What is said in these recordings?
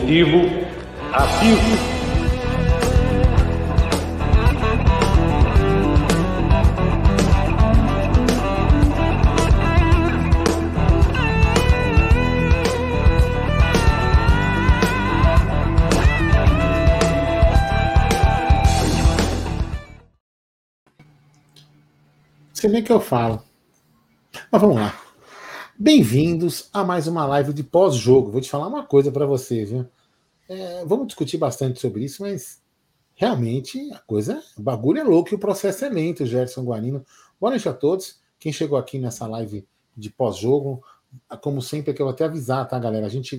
Esportivo ativo. Sei nem o que eu falo. Mas vamos lá. Bem-vindos a mais uma live de pós-jogo. Vou te falar uma coisa para vocês, viu? Vamos discutir bastante sobre isso, mas realmente o bagulho é louco e o processo é lento, Gerson Guarino. Boa noite a todos. Quem chegou aqui nessa live de pós-jogo, como sempre, que eu vou até avisar, tá, galera? A gente,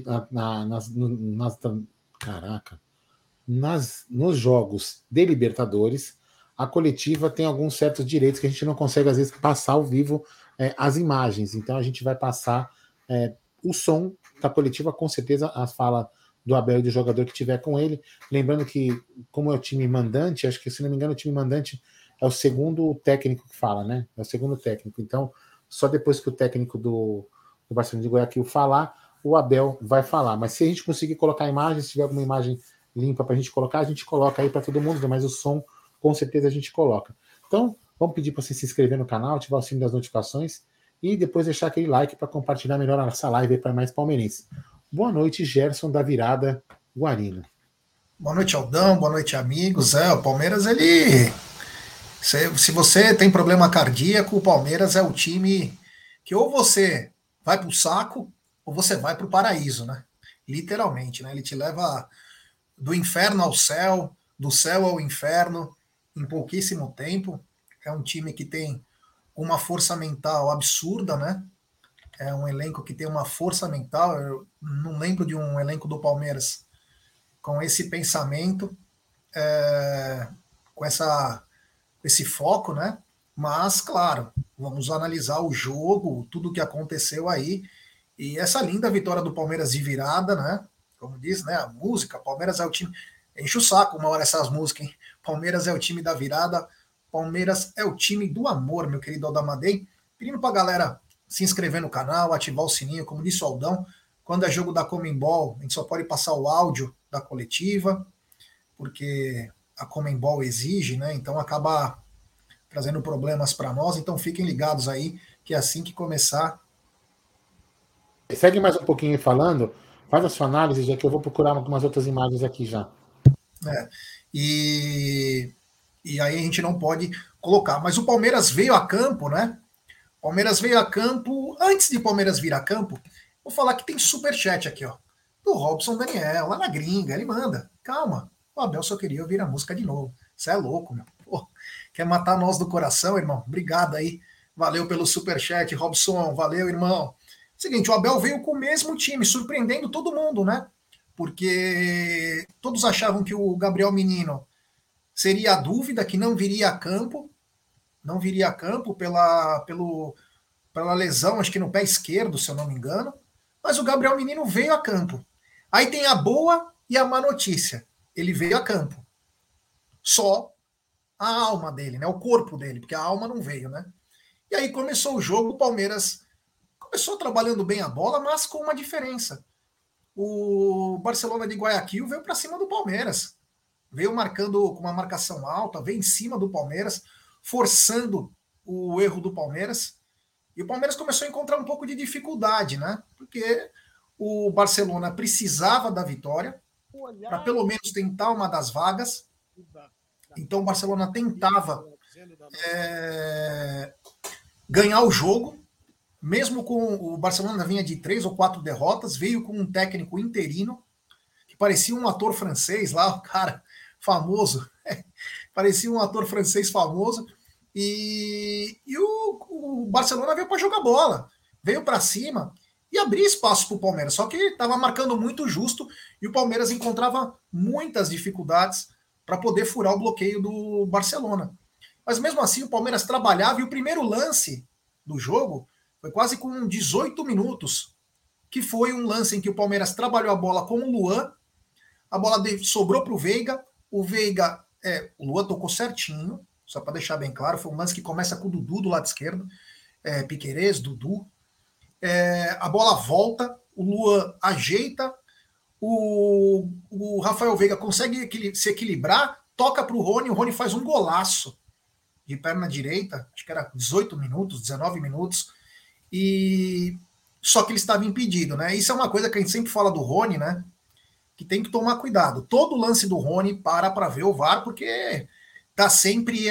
nos jogos de Libertadores, a coletiva tem alguns certos direitos que a gente não consegue, às vezes, passar ao vivo as imagens. Então, a gente vai passar o som da coletiva, com certeza, a fala do Abel e do jogador que tiver com ele. Lembrando que, como é o time mandante, acho que, se não me engano, o time mandante é o segundo técnico que fala, né? É o segundo técnico. Então, só depois que o técnico do Barcelona de Guayaquil falar, o Abel vai falar. Mas se a gente conseguir colocar a imagem, se tiver alguma imagem limpa para a gente coloca aí para todo mundo, mas o som, com certeza, a gente coloca. Então, vamos pedir para você se inscrever no canal, ativar o sino das notificações e depois deixar aquele like para compartilhar melhor essa live para mais palmeirenses. Boa noite, Gerson da Virada Guarino. Boa noite, Aldão. Boa noite, amigos. O Palmeiras, ele... Se você tem problema cardíaco, o Palmeiras é o time que ou você vai pro saco ou você vai pro paraíso, né? Literalmente, né? Ele te leva do inferno ao céu, do céu ao inferno, em pouquíssimo tempo. É um time que tem uma força mental absurda, né? É um elenco que tem uma força mental. Eu não lembro de um elenco do Palmeiras com esse pensamento, com esse foco, né? Mas, claro, vamos analisar o jogo, tudo o que aconteceu aí. E essa linda vitória do Palmeiras de virada, né? Como diz, né? A música, Palmeiras é o time... Enche o saco uma hora essas músicas, hein? Palmeiras é o time da virada, Palmeiras é o time do amor, meu querido Aldamadei. Pedindo pra galera se inscrever no canal, ativar o sininho, como disse o Aldão. Quando é jogo da Conmebol, a gente só pode passar o áudio da coletiva, porque a Conmebol exige, né? Então acaba trazendo problemas para nós. Então fiquem ligados aí, que assim que começar... Segue mais um pouquinho falando, faz a sua análise, já que eu vou procurar algumas outras imagens aqui já. E aí a gente não pode colocar. Mas o Palmeiras veio a campo, né? Palmeiras veio a campo. Antes de Palmeiras vir a campo, vou falar que tem superchat aqui, ó. Do Robson Daniel, lá na gringa. Ele manda. Calma, o Abel só queria ouvir a música de novo. Você é louco, meu. Pô, quer matar nós do coração, irmão? Obrigado aí. Valeu pelo superchat, Robson. Valeu, irmão. Seguinte, o Abel veio com o mesmo time, surpreendendo todo mundo, né? Porque todos achavam que o Gabriel Menino seria a dúvida, que não viria a campo pela lesão, acho que no pé esquerdo, se eu não me engano, mas o Gabriel Menino veio a campo. Aí tem a boa e a má notícia. Ele veio a campo. Só a alma dele, né? O corpo dele, porque a alma não veio, né? E aí começou o jogo, o Palmeiras começou trabalhando bem a bola, mas com uma diferença. O Barcelona de Guayaquil veio para cima do Palmeiras. Veio marcando com uma marcação alta, veio em cima do Palmeiras, forçando o erro do Palmeiras. E o Palmeiras começou a encontrar um pouco de dificuldade, né? Porque o Barcelona precisava da vitória para pelo menos tentar uma das vagas. Então o Barcelona tentava ganhar o jogo, mesmo com o Barcelona vinha de 3 ou 4 derrotas, veio com um técnico interino, que parecia um ator francês lá, o cara famoso, parecia um ator francês famoso, e o Barcelona veio para jogar bola, veio para cima e abrir espaço para o Palmeiras, só que estava marcando muito justo e o Palmeiras encontrava muitas dificuldades para poder furar o bloqueio do Barcelona. Mas mesmo assim o Palmeiras trabalhava e o primeiro lance do jogo foi quase com 18 minutos, que foi um lance em que o Palmeiras trabalhou a bola com o Luan, a bola sobrou para o Veiga, o Luan tocou certinho, só para deixar bem claro, foi um lance que começa com o Dudu do lado esquerdo, Piquerez, Dudu, a bola volta, o Luan ajeita, o Rafael Veiga consegue se equilibrar, toca para o Rony faz um golaço de perna direita, acho que era 18 minutos, 19 minutos, e só que ele estava impedido, né? Isso é uma coisa que a gente sempre fala do Rony, né? Que tem que tomar cuidado. Todo lance do Rony para ver o VAR, porque tá sempre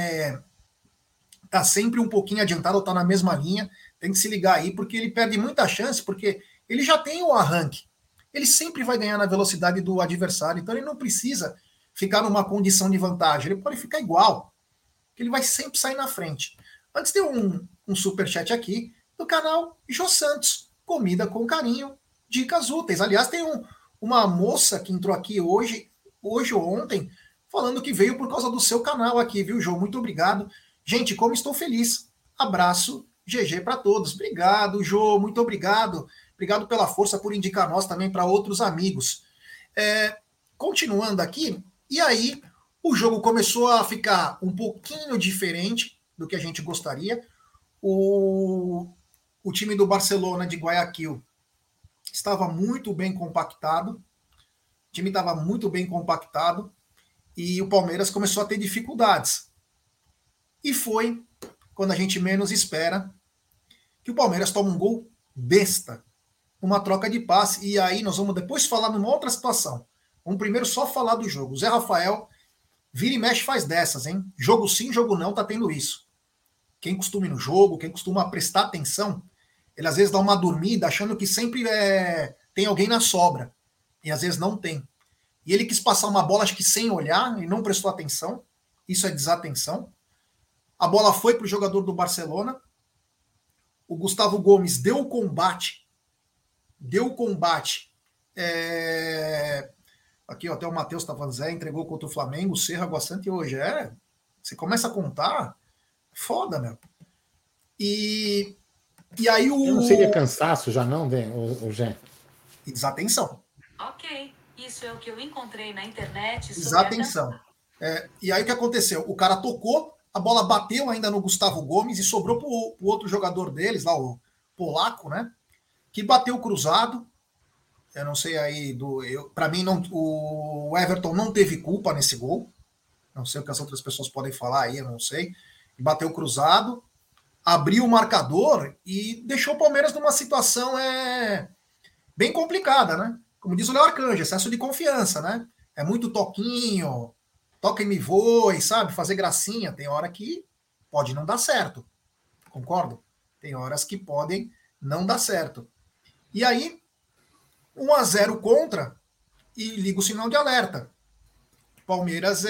um pouquinho adiantado, ou tá na mesma linha, tem que se ligar aí, porque ele perde muita chance, porque ele já tem o arranque. Ele sempre vai ganhar na velocidade do adversário, então ele não precisa ficar numa condição de vantagem, ele pode ficar igual, ele vai sempre sair na frente. Antes tem um superchat aqui do canal Jô Santos, comida com carinho, dicas úteis. Aliás, tem uma moça que entrou aqui hoje ou ontem, falando que veio por causa do seu canal aqui, viu, Jô? Muito obrigado. Gente, como estou feliz. Abraço, GG para todos. Obrigado, Jô, muito obrigado. Obrigado pela força, por indicar nós também para outros amigos. Continuando aqui, e aí o jogo começou a ficar um pouquinho diferente do que a gente gostaria. O time do Barcelona de Guayaquil estava muito bem compactado. O time estava muito bem compactado e o Palmeiras começou a ter dificuldades. E foi quando a gente menos espera que o Palmeiras toma um gol besta, uma troca de passe. E aí nós vamos depois falar numa outra situação. Vamos primeiro só falar do jogo. O Zé Rafael vira e mexe faz dessas, hein? Jogo sim, jogo não, tá tendo isso. Quem costuma ir no jogo, quem costuma prestar atenção, ele às vezes dá uma dormida achando que sempre tem alguém na sobra. E às vezes não tem. E ele quis passar uma bola, acho que sem olhar, e não prestou atenção. Isso é desatenção. A bola foi para o jogador do Barcelona. O Gustavo Gomes deu o combate. Aqui, ó, até o Matheus Tavanzé entregou contra o Flamengo, o Serra Água Santa hoje. Você começa a contar, foda, meu. E aí o... Não seria cansaço já não, o Gé? Desatenção. Ok, isso é o que eu encontrei na internet. Desatenção. E aí o que aconteceu? O cara tocou, a bola bateu ainda no Gustavo Gomes e sobrou pro outro jogador deles, lá o polaco, né? Que bateu cruzado. Eu não sei aí para mim não, o Everton não teve culpa nesse gol. Não sei o que as outras pessoas podem falar aí, eu não sei. Bateu cruzado, abriu o marcador e deixou o Palmeiras numa situação bem complicada, né? Como diz o Léo Arcanjo, excesso de confiança, né? É muito toquinho, toca e me voe, sabe? Fazer gracinha. Tem hora que pode não dar certo. Concordo? Tem horas que podem não dar certo. E aí, 1-0 contra e liga o sinal de alerta. Palmeiras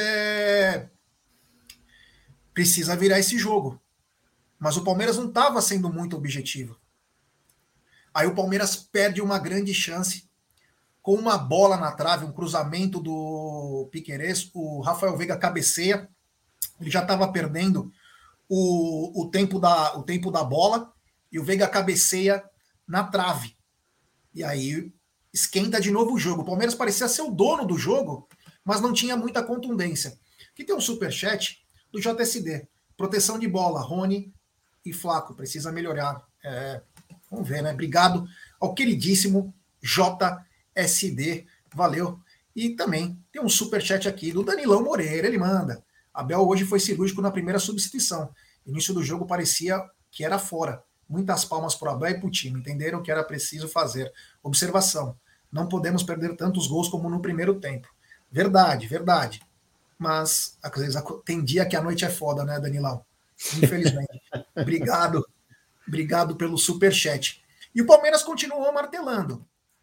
precisa virar esse jogo. Mas o Palmeiras não estava sendo muito objetivo. Aí o Palmeiras perde uma grande chance com uma bola na trave, um cruzamento do Piquerez, o Rafael Veiga cabeceia, ele já estava perdendo o tempo da bola, e o Veiga cabeceia na trave. E aí esquenta de novo o jogo. O Palmeiras parecia ser o dono do jogo, mas não tinha muita contundência. Aqui tem um superchat do JSD. Proteção de bola, Rony e Flaco, precisa melhorar. Vamos ver, né? Obrigado ao queridíssimo JSD, valeu. E também tem um superchat aqui do Danilão Moreira, ele manda. Abel hoje foi cirúrgico na primeira substituição. Início do jogo parecia que era fora. Muitas palmas para o Abel e para o time. Entenderam o que era preciso fazer. Observação. Não podemos perder tantos gols como no primeiro tempo. Verdade, verdade. Mas às vezes tem dia que a noite é foda, né, Danilão? Infelizmente. Obrigado pelo superchat. E o Palmeiras continuou martelando.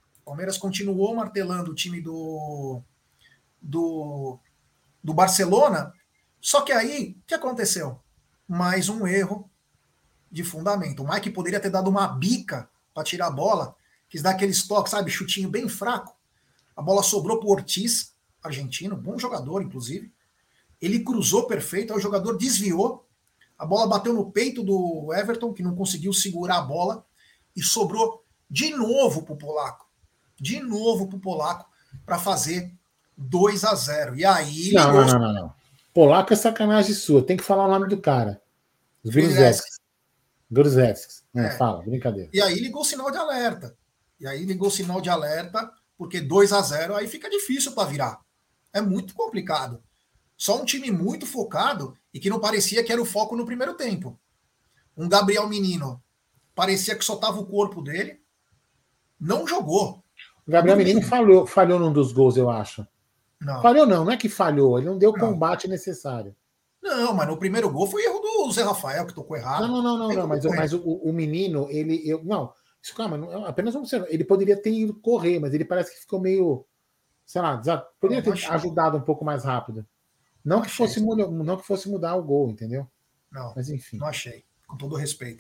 O time do Barcelona. Só que aí, o que aconteceu? Mais um erro de fundamento. O Mike poderia ter dado uma bica para tirar a bola, quis dar aqueles toques, sabe, chutinho bem fraco. A bola sobrou para o Ortiz, argentino, bom jogador, inclusive. Ele cruzou perfeito, aí o jogador desviou, a bola bateu no peito do Everton, que não conseguiu segurar a bola, e sobrou de novo para o polaco. Para fazer 2-0. E aí... Não. Polaco é sacanagem sua, tem que falar o nome do cara. Gruzevski. Fala, brincadeira. E aí ligou o sinal de alerta. porque 2-0 aí fica difícil para virar. É muito complicado. Só um time muito focado e que não parecia que era o foco no primeiro tempo. Um Gabriel Menino parecia que só tava o corpo dele, não jogou. O Gabriel Menino falhou num dos gols, eu acho. Não. Falhou não é que falhou, ele não deu o Não. combate necessário. Não, mas no primeiro gol foi erro do Zé Rafael, que tocou errado. Não, mas o menino, não, isso, calma, apenas observar. Ele poderia ter ido correr, mas ele parece que ficou meio, sei lá, poderia ter ajudado um pouco mais rápido. Não que fosse mudar o gol, entendeu? Não, mas enfim. Não achei, com todo respeito.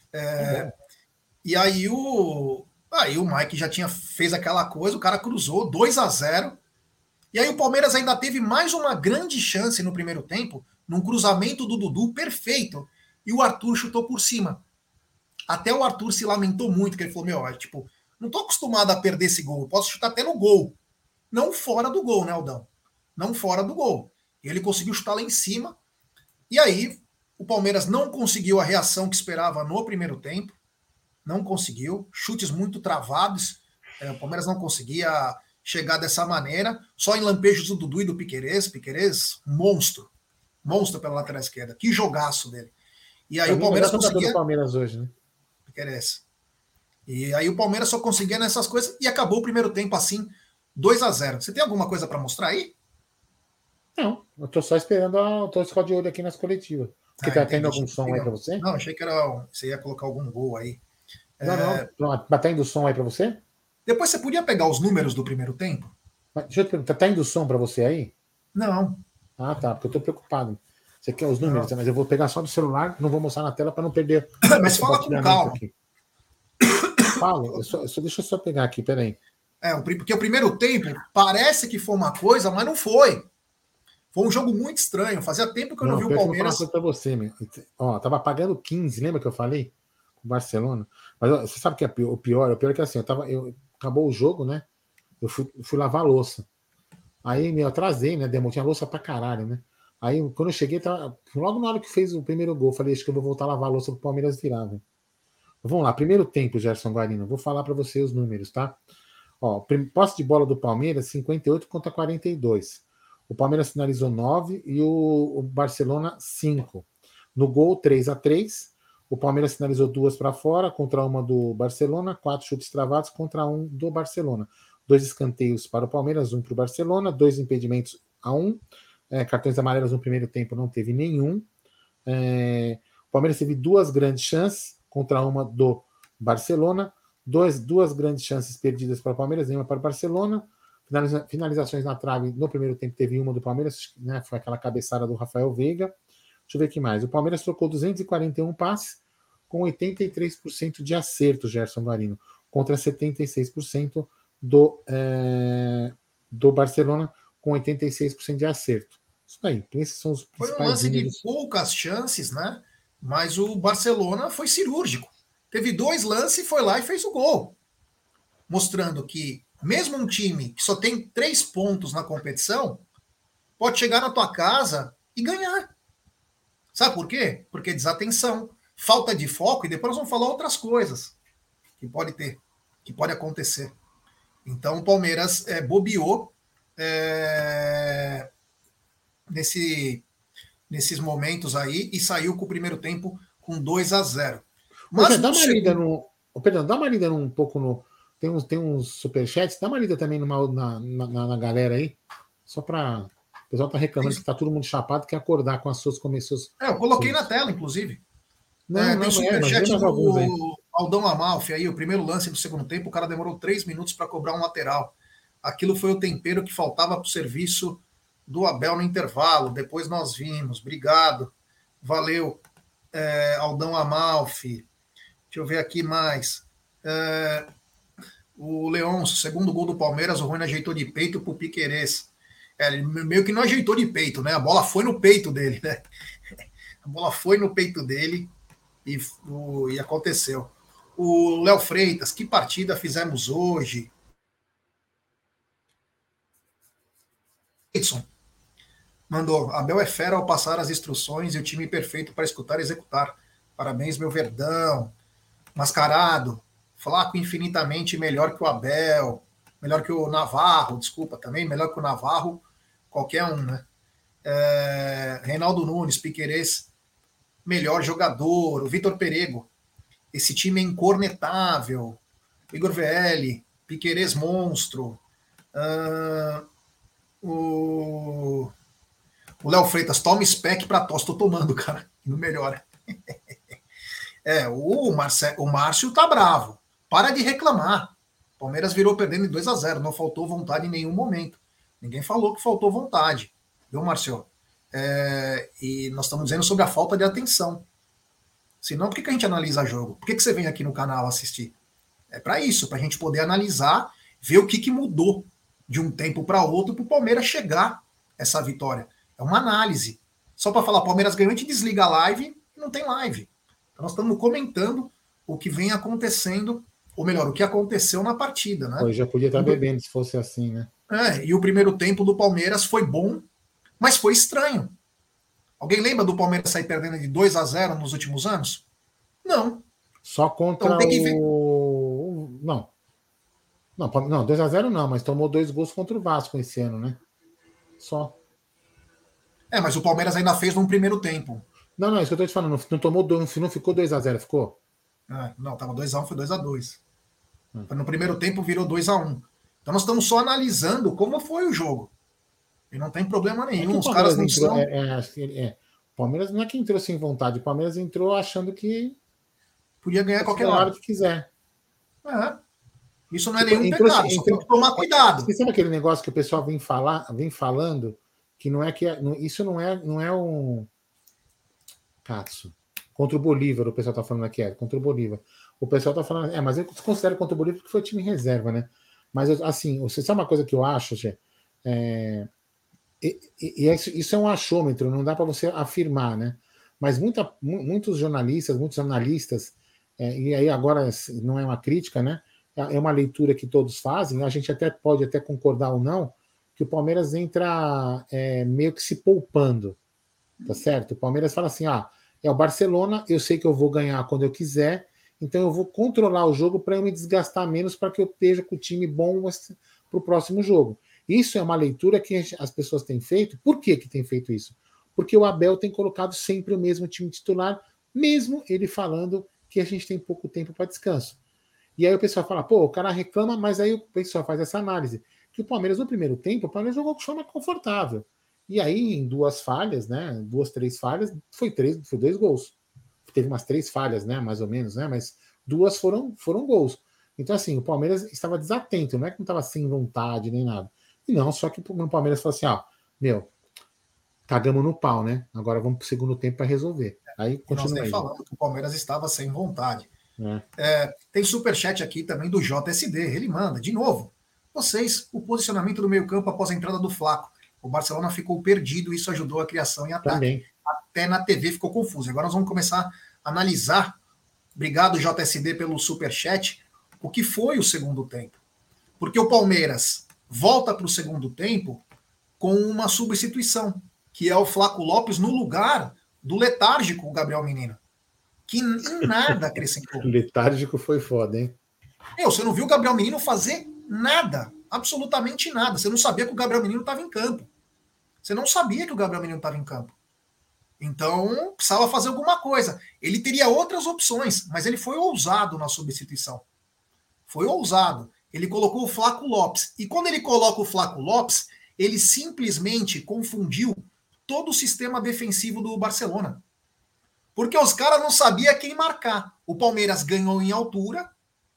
E aí o Mike já fez aquela coisa, o cara cruzou 2-0. E aí o Palmeiras ainda teve mais uma grande chance no primeiro tempo, num cruzamento do Dudu perfeito, e o Arthur chutou por cima. Até o Arthur se lamentou muito, que ele falou, não tô acostumado a perder esse gol, eu posso chutar até no gol. Não fora do gol, né, Aldão? Não fora do gol. E ele conseguiu chutar lá em cima, e aí o Palmeiras não conseguiu a reação que esperava no primeiro tempo, não conseguiu, chutes muito travados, o Palmeiras não conseguia chegar dessa maneira, só em lampejos do Dudu e do Piquerez, monstro pela lateral esquerda, que jogaço dele. E aí o Palmeiras conseguia... do Palmeiras hoje, né? Piquerez. E aí o Palmeiras só conseguia nessas coisas e acabou o primeiro tempo assim, 2-0. Você tem alguma coisa para mostrar aí? Não, eu tô só esperando, tô só de olho aqui nas coletivas. Porque tá tendo algum som aí para você? Não, achei que você ia colocar algum gol aí. Não, tá indo som aí para você? Depois você podia pegar os números do primeiro tempo? Mas, deixa eu te perguntar, tá indo som para você aí? Não. Ah, tá, porque eu tô preocupado. Você quer os números, mas eu vou pegar só do celular, não vou mostrar na tela para não perder. Mas fala com calma. Aqui. Fala, deixa eu só pegar aqui, peraí. Porque o primeiro tempo parece que foi uma coisa, mas não foi. Foi um jogo muito estranho. Fazia tempo que eu não vi o Palmeiras. Eu vou falar uma coisa pra você, meu. Ó, tava pagando 15, lembra que eu falei? Com o Barcelona. Mas ó, você sabe que o pior é que assim, acabou o jogo, né? Eu fui lavar a louça. Aí, eu atrasei, né? Tinha louça pra caralho, né? Aí, quando eu cheguei, logo na hora que fez o primeiro gol, eu falei, acho que eu vou voltar a lavar a louça pro Palmeiras virar, velho. Vamos lá, primeiro tempo, Gerson Guarino. Vou falar pra você os números, tá? Ó, posse de bola do Palmeiras, 58 contra 42. O Palmeiras finalizou 9 e o Barcelona 5. No gol, 3-3. O Palmeiras finalizou 2 para fora, contra uma do Barcelona, 4 chutes travados contra 1 do Barcelona. 2 escanteios para o Palmeiras, 1 para o Barcelona, 2 impedimentos a 1. Cartões amarelos no primeiro tempo não teve nenhum. O Palmeiras teve 2 grandes chances contra uma do Barcelona. 2 grandes chances perdidas para o Palmeiras, nenhuma para o Barcelona. Finalizações na trave no primeiro tempo teve uma do Palmeiras, né? Foi aquela cabeçada do Rafael Veiga. Deixa eu ver o que mais. O Palmeiras trocou 241 passes com 83% de acerto, Gerson Guarino, contra 76% do Barcelona com 86% de acerto. Isso aí. Esses são os principais. Foi um lance números. De poucas chances, né? Mas o Barcelona foi cirúrgico. Teve 2 lances, foi lá e fez o gol. Mostrando que mesmo um time que só tem 3 pontos na competição pode chegar na tua casa e ganhar. Sabe por quê? Porque desatenção, falta de foco, e depois nós vamos falar outras coisas que pode ter, que pode acontecer. Então o Palmeiras bobeou nesses momentos aí e saiu com o primeiro tempo com 2-0. Mas dá uma lida no. Perdão, dá uma lida um pouco no. Tem uns superchats, dá uma lida também na galera aí, só para. O pessoal tá reclamando que tá todo mundo chapado, quer acordar com as suas começões. Eu coloquei na tela, inclusive. Tem o superchat do Aldão Amalfi aí, o primeiro lance do segundo tempo, o cara demorou 3 minutos para cobrar um lateral. Aquilo foi o tempero que faltava para o serviço do Abel no intervalo. Depois nós vimos. Obrigado. Valeu, Aldão Amalfi. Deixa eu ver aqui mais. O Leôncio, segundo gol do Palmeiras, o Rony ajeitou de peito pro Piquerez. Ele meio que não ajeitou de peito, né? A bola foi no peito dele, né? A bola foi no peito dele e aconteceu. O Léo Freitas, que partida fizemos hoje? Edson mandou, Abel é fera ao passar as instruções e o time perfeito para escutar e executar. Parabéns, meu Verdão. Mascarado, Flaco infinitamente melhor que o Abel. melhor que o Navarro, desculpa, também melhor que o Navarro, qualquer um, né? Reinaldo Nunes, Piquerez, melhor jogador, o Vitor Perego, esse time é incornetável, Igor VL, Piquerez monstro, o Léo Freitas, toma spec pra tosse, tô tomando, cara, não melhora. O Márcio tá bravo, para de reclamar, Palmeiras virou perdendo em 2-0, não faltou vontade em nenhum momento, ninguém falou que faltou vontade, viu, Márcio? E nós estamos dizendo sobre a falta de atenção. Senão, por que a gente analisa jogo? Por que você vem aqui no canal assistir? É para isso, para a gente poder analisar, ver o que mudou de um tempo para outro para o Palmeiras chegar essa vitória. É uma análise. Só para falar, Palmeiras ganhou, a gente desliga a live e não tem live. Então nós estamos comentando o que vem acontecendo, ou melhor, o que aconteceu na partida, né? Pois já podia estar bebendo se fosse assim, né? E o primeiro tempo do Palmeiras foi bom, mas foi estranho. Alguém lembra do Palmeiras sair perdendo de 2-0 nos últimos anos? Não. Só contra então, tem que ver. Não, 2-0 não, mas tomou 2 gols contra o Vasco esse ano, né? Só. Mas o Palmeiras ainda fez no primeiro tempo. Não, isso que eu tô te falando. Não tomou, não ficou 2-0, ficou? Não, tava 2-1, foi 2-2. No primeiro tempo virou 2-1. Então nós estamos só analisando como foi o jogo. E não tem problema nenhum. Os caras não entrou, são. O Palmeiras não é que entrou sem vontade. O Palmeiras entrou achando que podia ganhar qualquer hora que quiser. Isso não é nenhum pecado. Só tem que tomar cuidado. Você sabe aquele negócio que o pessoal vem falando que não é que isso não é um Katsu. Contra o Bolívar, o pessoal tá falando aqui, contra o Bolívar. O pessoal tá falando, mas eu considero contra o Bolívar porque foi time reserva, né? Mas, assim, você sabe uma coisa que eu acho, isso é um achômetro, não dá para você afirmar, né? Mas muitos jornalistas, muitos analistas, e aí agora não é uma crítica, né? É uma leitura que todos fazem, a gente até pode concordar ou não, que o Palmeiras entra meio que se poupando, tá certo? O Palmeiras fala assim, é o Barcelona, eu sei que eu vou ganhar quando eu quiser, então eu vou controlar o jogo para eu me desgastar menos para que eu esteja com o time bom para o próximo jogo. Isso é uma leitura que as pessoas têm feito. Por que tem feito isso? Porque o Abel tem colocado sempre o mesmo time titular, mesmo ele falando que a gente tem pouco tempo para descanso. E aí o pessoal fala, o cara reclama, mas aí o pessoal faz essa análise. Que o Palmeiras, no primeiro tempo, o Palmeiras jogou de forma confortável. E aí, em 2 falhas, né? 2, 3 falhas, foi 2 gols. Teve umas 3 falhas, né? Mais ou menos, né? Mas 2 foram gols. Então, assim, o Palmeiras estava desatento, não é que não estava sem vontade nem nada. E não, só que o Palmeiras falou assim, cagamos no pau, né? Agora vamos pro segundo tempo para resolver. Aí continua. Nós nem falando que o Palmeiras estava sem vontade. Tem superchat aqui também do JSD. Ele manda, de novo. O posicionamento do meio-campo após a entrada do Flaco. O Barcelona ficou perdido, isso ajudou a criação em ataque. Também. Até na TV ficou confuso. Agora nós vamos começar a analisar. Obrigado, JSD, pelo superchat. O que foi o segundo tempo? Porque o Palmeiras volta para o segundo tempo com uma substituição, que é o Flaco Lopes no lugar do letárgico Gabriel Menino, que em nada acrescentou. Letárgico foi foda, hein? Você não viu o Gabriel Menino fazer nada, absolutamente nada. Você não sabia que o Gabriel Menino estava em campo. Você não sabia que o Gabriel Menino estava em campo. Então, precisava fazer alguma coisa. Ele teria outras opções, mas ele foi ousado na substituição. Foi ousado. Ele colocou o Flaco Lopes. E quando ele coloca o Flaco Lopes, ele simplesmente confundiu todo o sistema defensivo do Barcelona. Porque os caras não sabiam quem marcar. O Palmeiras ganhou em altura,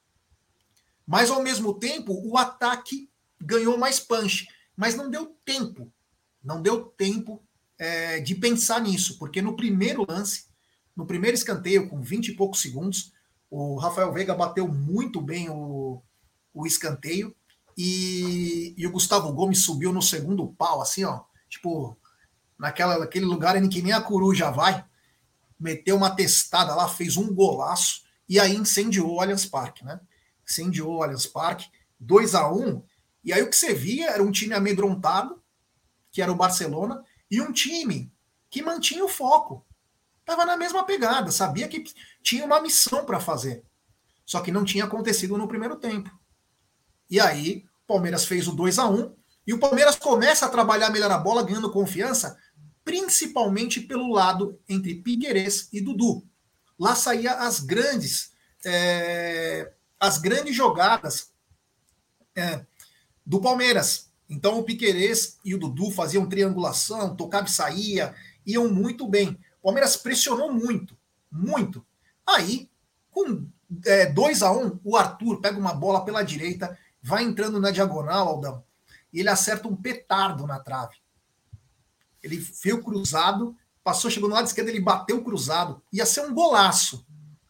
mas ao mesmo tempo o ataque ganhou mais punch. Mas não deu tempo. Não deu tempo de pensar nisso. Porque no primeiro lance, no primeiro escanteio, com 20 e poucos segundos, o Rafael Veiga bateu muito bem o escanteio e o Gustavo Gomes subiu no segundo pau, assim, tipo, naquele lugar em que nem a coruja vai, meteu uma testada lá, fez um golaço e aí incendiou o Allianz Parque, né? Incendiou o Allianz Parque, 2-1, e aí o que você via era um time amedrontado, que era o Barcelona, e um time que mantinha o foco. Estava na mesma pegada, sabia que tinha uma missão para fazer. Só que não tinha acontecido no primeiro tempo. E aí Palmeiras fez o 2-1 e o Palmeiras começa a trabalhar melhor a bola, ganhando confiança, principalmente pelo lado entre Piquerez e Dudu. Lá saía as grandes jogadas do Palmeiras. Então o Piquerez e o Dudu faziam triangulação, tocava e saía, iam muito bem. O Palmeiras pressionou muito, muito. Aí, com 2-1, o Arthur pega uma bola pela direita, vai entrando na diagonal, Aldão, e ele acerta um petardo na trave. Ele veio cruzado, passou, chegou no lado esquerdo, ele bateu cruzado. Ia ser um golaço.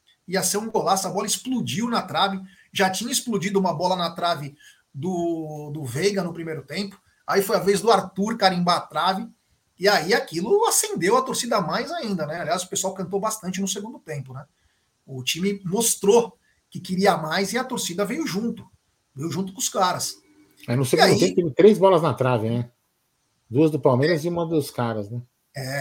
A bola explodiu na trave. Já tinha explodido uma bola na trave do Veiga no primeiro tempo. Aí foi a vez do Arthur carimbar a trave. E aí aquilo acendeu a torcida mais ainda, né? Aliás, o pessoal cantou bastante no segundo tempo, né? O time mostrou que queria mais e a torcida veio junto. Veio junto com os caras. Aí no segundo tempo teve 3 bolas na trave, né? 2 do Palmeiras e uma dos caras, né?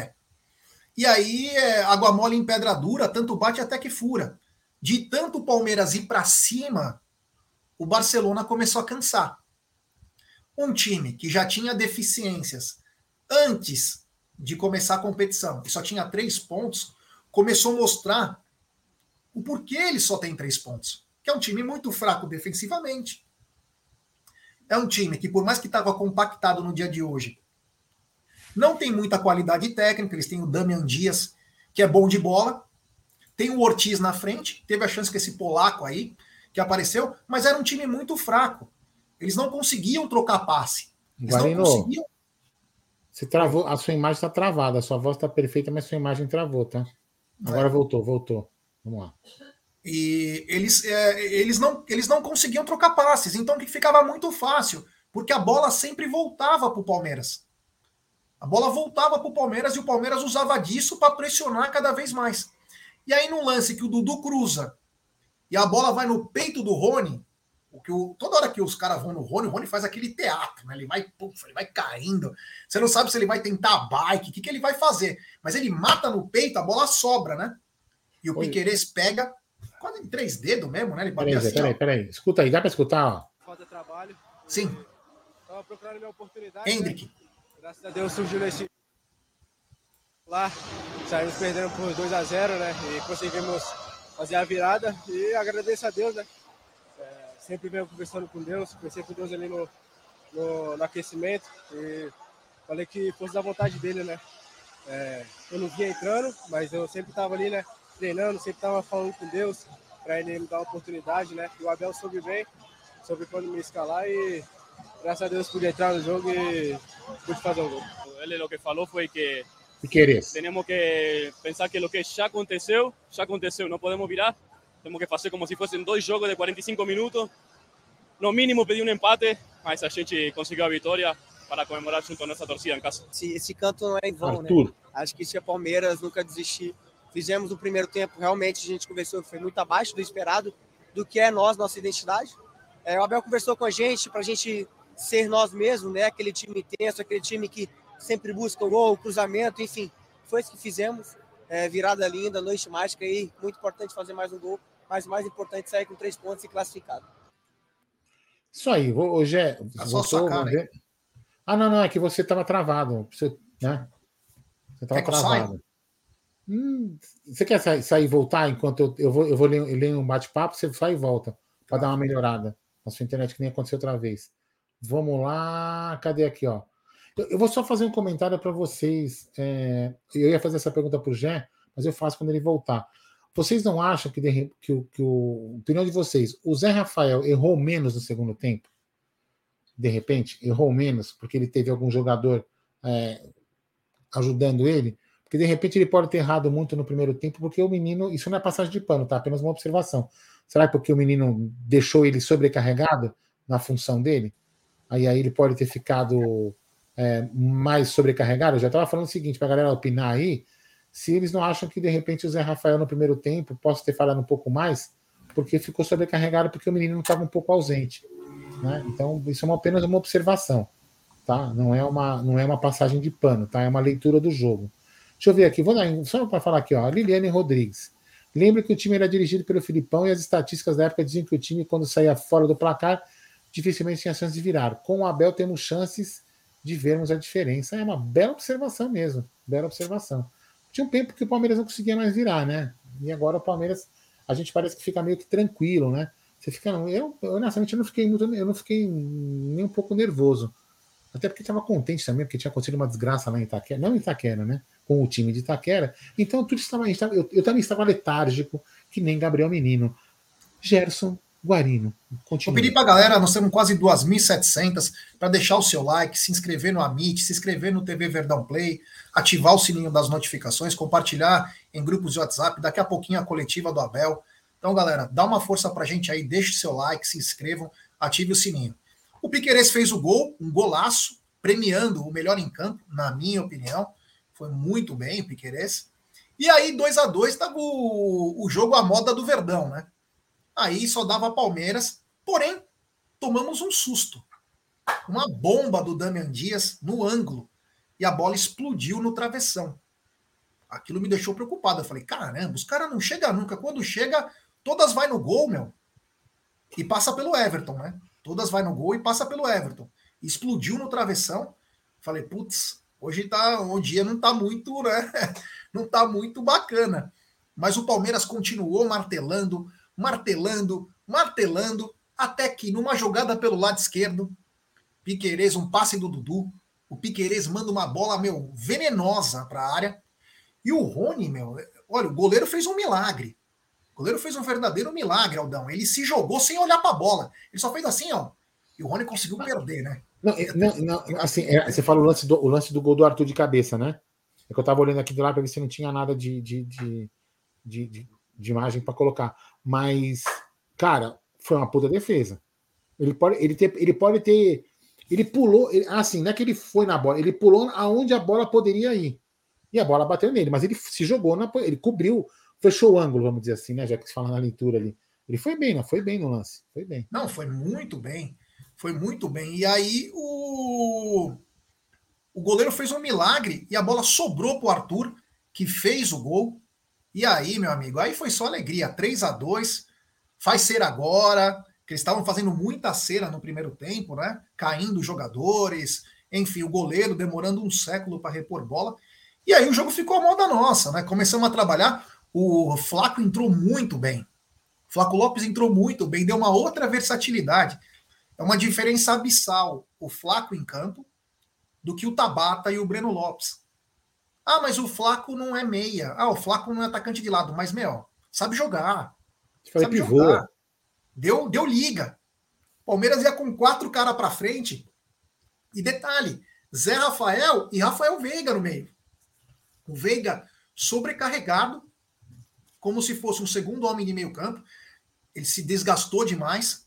E aí, água mole em pedra dura, tanto bate até que fura. De tanto o Palmeiras ir para cima, o Barcelona começou a cansar. Um time que já tinha deficiências antes de começar a competição, e só tinha 3 pontos, começou a mostrar o porquê ele só tem 3 pontos. Que é um time muito fraco defensivamente. É um time que, por mais que estava compactado no dia de hoje, não tem muita qualidade técnica. Eles têm o Damian Dias, que é bom de bola. Tem o Ortiz na frente. Teve a chance com esse polaco aí, que apareceu. Mas era um time muito fraco. Eles não conseguiam trocar passe. Eles Guarino, não conseguiam. você travou, a sua imagem está travada. A sua voz está perfeita, mas a sua imagem travou, tá? Agora voltou. Vamos lá. E eles não conseguiam trocar passes. Então que ficava muito fácil. Porque a bola sempre voltava para o Palmeiras. A bola voltava para o Palmeiras e o Palmeiras usava disso para pressionar cada vez mais. E aí, num lance que o Dudu cruza e a bola vai no peito do Rony, toda hora que os caras vão no Rony, o Rony faz aquele teatro, né? Ele vai caindo. Você não sabe se ele vai tentar bike, o que ele vai fazer. Mas ele mata no peito, a bola sobra, né? E o Piquerez pega quase em 3 dedos mesmo, né? Ele bateu assim. Peraí. Escuta aí, dá para escutar? Ó. Falta de trabalho. Sim. Estava procurando minha oportunidade. Hendrick. Né? Graças a Deus surgiu nesse lá, saímos perdendo por 2-0, né? E conseguimos fazer a virada e agradeço a Deus, né? Sempre venho conversando com Deus, conversei com Deus ali no aquecimento e falei que fosse da vontade dele, né? Eu não vinha entrando, mas eu sempre estava ali, né? Treinando, sempre estava falando com Deus para ele me dar uma oportunidade, né? E o Abel soube bem, soube quando me escalar e graças a Deus pude entrar no jogo e pude fazer um gol. Ele lo que falou foi que Piquerez. temos que pensar que lo que já aconteceu, não podemos virar. Temos que fazer como se fossem 2 jogos de 45 minutos. No mínimo pedir um empate, mas a gente conseguiu a vitória para comemorar junto a nossa torcida em casa. Esse canto não é em vão, Arthur. né? Acho que isso é Palmeiras, nunca desistir. Fizemos no primeiro tempo, realmente a gente conversou que foi muito abaixo do esperado, do que é nossa identidade. O Abel conversou com a gente para a gente ser nós mesmos, né? Aquele time intenso, aquele time que sempre busca o gol, o cruzamento, enfim. Foi isso que fizemos. Virada linda, noite mágica aí. Muito importante fazer mais um gol, mas o mais importante é sair com 3 pontos e classificado. Isso aí, hoje é. Só sua cara, hein? Não, é que você estava travado. Você estava travado. Você quer sair e voltar enquanto eu vou ler um bate-papo? Você sai e volta para dar uma melhorada na sua internet, que nem aconteceu outra vez. Vamos lá, cadê aqui, ó? Eu vou só fazer um comentário para vocês. Eu ia fazer essa pergunta para o Gé, mas eu faço quando ele voltar. Vocês não acham que opinião de vocês, o Zé Rafael errou menos no segundo tempo? De repente, errou menos porque ele teve algum jogador ajudando ele? Porque de repente ele pode ter errado muito no primeiro tempo, porque o menino, isso não é passagem de pano, tá? Apenas uma observação. Será porque o menino deixou ele sobrecarregado na função dele? Aí ele pode ter ficado mais sobrecarregado? Eu já estava falando o seguinte, para a galera opinar aí, se eles não acham que de repente o Zé Rafael no primeiro tempo possa ter falado um pouco mais, porque ficou sobrecarregado porque o menino não estava um pouco ausente. Né? Então, isso é apenas uma observação. Tá? Não é uma passagem de pano, tá? É uma leitura do jogo. Deixa eu ver aqui, vou dar só para falar aqui, ó, Liliane Rodrigues. Lembra que o time era dirigido pelo Filipão e as estatísticas da época diziam que o time, quando saía fora do placar, dificilmente tinha chance de virar. Com o Abel temos chances de vermos a diferença. É uma bela observação mesmo, bela observação. Tinha um tempo que o Palmeiras não conseguia mais virar, né? E agora o Palmeiras, a gente parece que fica meio que tranquilo, né? Você fica, eu honestamente eu não fiquei nem um pouco nervoso. Até porque estava contente também, porque tinha acontecido uma desgraça lá em Itaquera, não em Itaquera, né? Com o time de Itaquera. Então tudo eu também estava letárgico, que nem Gabriel Menino. Gerson Guarino. Vou pedir para a galera, nós temos quase 2.700, para deixar o seu like, se inscrever no Amit, se inscrever no TV Verdão Play, ativar o sininho das notificações, compartilhar em grupos de WhatsApp, daqui a pouquinho a coletiva do Abel. Então, galera, dá uma força para a gente aí, deixe o seu like, se inscrevam, ative o sininho. O Piquerez fez o gol, um golaço, premiando o melhor em campo, na minha opinião. Foi muito bem o Piquerez. E aí, 2-2, estava o jogo à moda do Verdão, né? Aí só dava Palmeiras, porém, tomamos um susto. Uma bomba do Damian Dias no ângulo. E a bola explodiu no travessão. Aquilo me deixou preocupado. Eu falei, caramba, os caras não chegam nunca. Quando chega, todas vai no gol, meu. E passa pelo Everton, né? Todas vai no gol e passa pelo Everton. Explodiu no travessão. Falei, putz, hoje o dia não tá muito, né? Não tá muito bacana. Mas o Palmeiras continuou martelando, até que numa jogada pelo lado esquerdo, Piquerez, um passe do Dudu, o Piquerez manda uma bola, meu, venenosa para a área, e o Rony, meu, olha, o goleiro fez um milagre. O goleiro fez um verdadeiro milagre, Aldão. Ele se jogou sem olhar para a bola. Ele só fez assim, ó. E o Rony conseguiu perder, né? Não, assim, você fala o lance do gol do Arthur de cabeça, né? É que eu tava olhando aqui do lado para ver se não tinha nada de imagem para colocar. Mas, cara, foi uma puta defesa. Ele pulou, assim, não é que ele foi na bola, ele pulou aonde a bola poderia ir. E a bola bateu nele, mas ele se jogou, ele cobriu, fechou o ângulo, vamos dizer assim, né? Já que se fala na leitura ali. Ele foi bem, não foi bem no lance. Foi bem. Não, foi muito bem. Foi muito bem. E aí o goleiro fez um milagre e a bola sobrou pro Arthur, que fez o gol. E aí, meu amigo, aí foi só alegria. 3-2, faz cera agora, que eles estavam fazendo muita cera no primeiro tempo, né? Caindo jogadores, enfim, o goleiro demorando um século para repor bola. E aí o jogo ficou a moda nossa, né? Começamos a trabalhar, o Flaco entrou muito bem. O Flaco Lopes entrou muito bem, deu uma outra versatilidade. É uma diferença abissal o Flaco em campo do que o Tabata e o Breno Lopes. Ah, mas o Flaco não é meia. Ah, o Flaco não é atacante de lado. Mas, meu, sabe jogar. Sabe pivô. jogar. Deu liga. Palmeiras ia com 4 caras para frente. E detalhe, Zé Rafael e Rafael Veiga no meio. O Veiga sobrecarregado, como se fosse um segundo homem de meio campo. Ele se desgastou demais.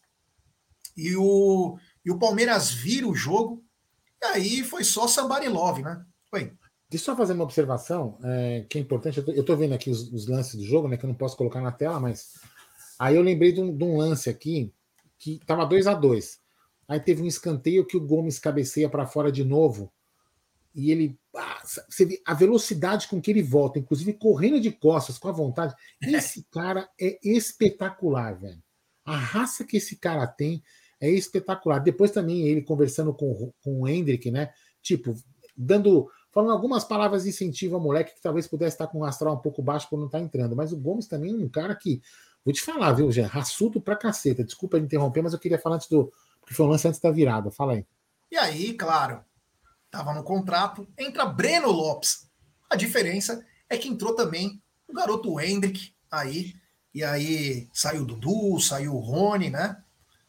E o Palmeiras vira o jogo. E aí foi só somebody love, né? Foi. Deixa eu só fazer uma observação que é importante. Eu tô vendo aqui os lances do jogo, né? Que eu não posso colocar na tela, mas aí eu lembrei de um lance aqui que tava 2-2. Aí teve um escanteio que o Gomes cabeceia para fora de novo. E ele. Você vê a velocidade com que ele volta, inclusive correndo de costas, com a vontade. Esse cara é espetacular, velho. A raça que esse cara tem é espetacular. Depois também ele conversando com o Hendrick, né? Tipo, falando algumas palavras de incentivo ao moleque que talvez pudesse estar com um astral um pouco baixo por não estar entrando. Mas o Gomes também é um cara que, vou te falar, viu, Jean? Raçudo pra caceta. Desculpa me interromper, mas eu queria falar porque foi um lance antes da virada. Fala aí. E aí, claro, tava no contrato, entra Breno Lopes. A diferença é que entrou também o garoto Hendrick aí. E aí saiu o Dudu, saiu o Rony, né?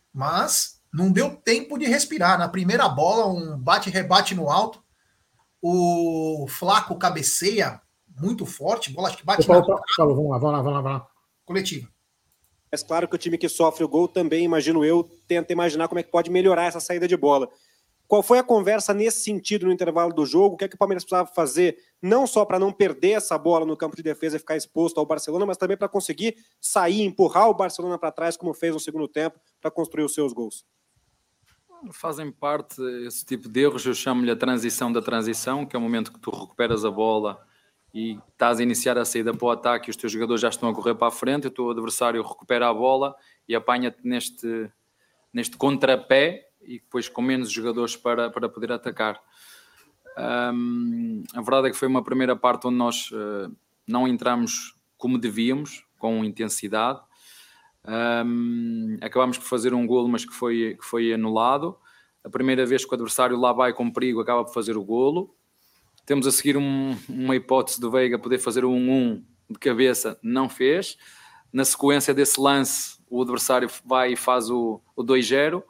Mas não deu tempo de respirar. Na primeira bola, um bate-rebate no alto. O Flaco cabeceia muito forte, bola acho que bate na... Vamos lá. Coletiva. Mas claro que o time que sofre o gol também, imagino eu, tenta imaginar como é que pode melhorar essa saída de bola. Qual foi a conversa nesse sentido no intervalo do jogo? O que é que o Palmeiras precisava fazer, não só para não perder essa bola no campo de defesa e ficar exposto ao Barcelona, mas também para conseguir sair, empurrar o Barcelona para trás, como fez no segundo tempo, para construir os seus gols? Fazem parte esse tipo de erros, eu chamo-lhe a transição da transição, que é o momento que tu recuperas a bola e estás a iniciar a saída para o ataque e os teus jogadores já estão a correr para a frente, o teu adversário recupera a bola e apanha-te neste contrapé e depois com menos jogadores para poder atacar. A verdade é que foi uma primeira parte onde nós não entramos como devíamos, com intensidade. Acabámos por fazer um golo, mas que foi anulado. A primeira vez que o adversário lá vai com perigo, acaba por fazer o golo. Temos a seguir uma hipótese do Veiga poder fazer o 1-1 de cabeça, não fez. Na sequência desse lance, o adversário vai e faz o 2-0.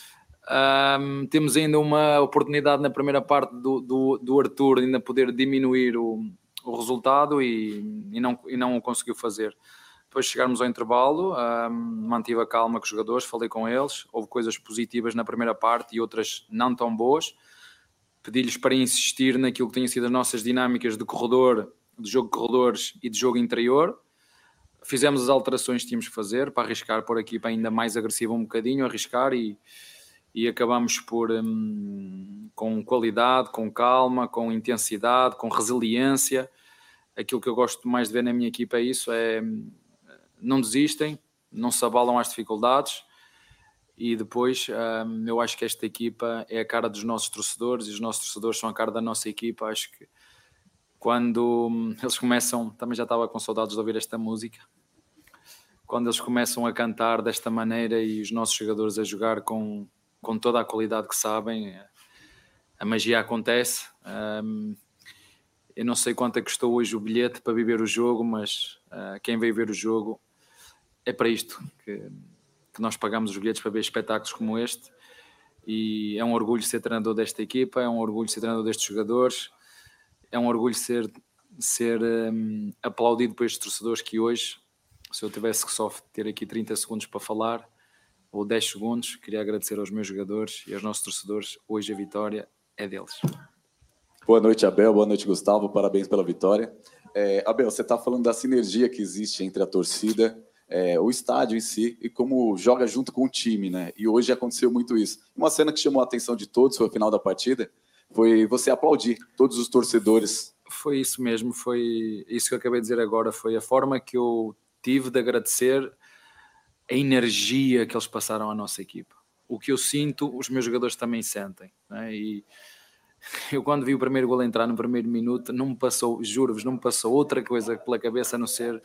Temos ainda uma oportunidade na primeira parte do Arthur ainda poder diminuir o resultado e não o conseguiu fazer. Depois chegarmos ao intervalo, mantive a calma com os jogadores, falei com eles, houve coisas positivas na primeira parte e outras não tão boas. Pedi-lhes para insistir naquilo que tinham sido as nossas dinâmicas de corredor, de jogo de corredores e de jogo interior. Fizemos as alterações que tínhamos que fazer para arriscar por a equipa ainda mais agressiva um bocadinho, arriscar e acabamos por, com qualidade, com calma, com intensidade, com resiliência. Aquilo que eu gosto mais de ver na minha equipa é isso, não desistem, não se abalam às dificuldades e depois eu acho que esta equipa é a cara dos nossos torcedores e os nossos torcedores são a cara da nossa equipa. Acho que quando eles começam, também já estava com saudades de ouvir esta música, quando eles começam a cantar desta maneira e os nossos jogadores a jogar com toda a qualidade que sabem, a magia acontece. Eu não sei quanto é que custou hoje o bilhete para viver o jogo, mas quem veio ver o jogo é para isto que nós pagamos os bilhetes, para ver espetáculos como este, e é um orgulho ser treinador desta equipa, é um orgulho ser treinador destes jogadores, é um orgulho ser aplaudido por estes torcedores que hoje, se eu tivesse que só ter aqui 30 segundos para falar, ou 10 segundos, queria agradecer aos meus jogadores e aos nossos torcedores. Hoje a vitória é deles. Boa noite, Abel. Boa noite, Gustavo. Parabéns pela vitória. Abel, você está falando da sinergia que existe entre a torcida, o estádio em si e como joga junto com o time, né? E hoje aconteceu muito isso. Uma cena que chamou a atenção de todos foi o final da partida, foi você aplaudir todos os torcedores. Foi isso mesmo, foi isso que eu acabei de dizer agora, foi a forma que eu tive de agradecer a energia que eles passaram à nossa equipa. O que eu sinto, os meus jogadores também sentem, né? E eu quando vi o primeiro gol entrar no primeiro minuto, não me passou, juro-vos, não me passou outra coisa pela cabeça a não ser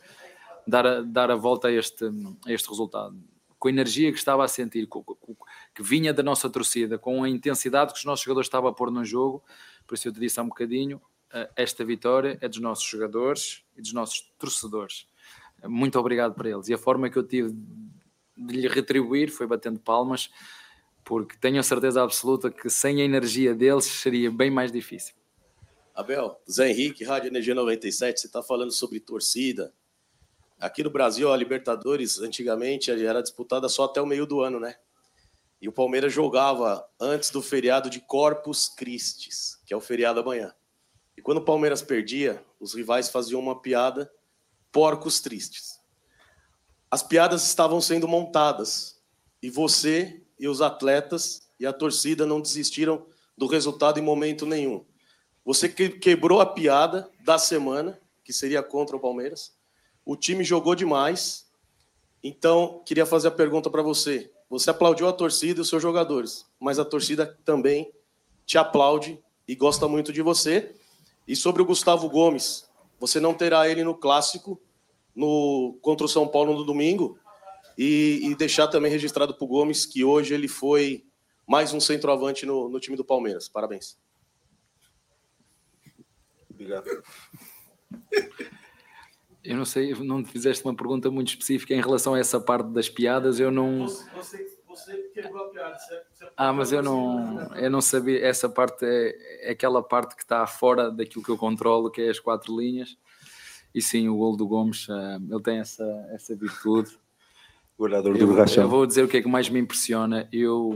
dar a volta a este resultado. Com a energia que estava a sentir, que vinha da nossa torcida, com a intensidade que os nossos jogadores estavam a pôr no jogo, por isso eu te disse há um bocadinho, esta vitória é dos nossos jogadores e dos nossos torcedores. Muito obrigado para eles. E a forma que eu tive de lhe retribuir foi batendo palmas, porque tenho a certeza absoluta que sem a energia deles seria bem mais difícil. Abel, Zé Henrique, Rádio Energia 97, você está falando sobre torcida. Aqui no Brasil, a Libertadores, antigamente, era disputada só até o meio do ano, né? E o Palmeiras jogava antes do feriado de Corpus Christi, que é o feriado amanhã. E quando o Palmeiras perdia, os rivais faziam uma piada, porcos tristes. As piadas estavam sendo montadas e você e os atletas e a torcida não desistiram do resultado em momento nenhum. Você quebrou a piada da semana, que seria contra o Palmeiras. O time jogou demais. Então, queria fazer a pergunta para você. Você aplaudiu a torcida e os seus jogadores, mas a torcida também te aplaude e gosta muito de você. E sobre o Gustavo Gomes, você não terá ele no clássico contra o São Paulo no domingo, e deixar também registrado para o Gomes que hoje ele foi mais um centroavante no time do Palmeiras. Parabéns. Obrigado. Eu não sei, não fizeste uma pergunta muito específica em relação a essa parte das piadas, eu não... Você quebrou a piada. Mas eu não sabia, essa parte é aquela parte que está fora daquilo que eu controlo, que é as 4 linhas. E sim, o golo do Gomes, ele tem essa virtude. Goleador do Borrachão. Eu vou dizer o que é que mais me impressiona. Eu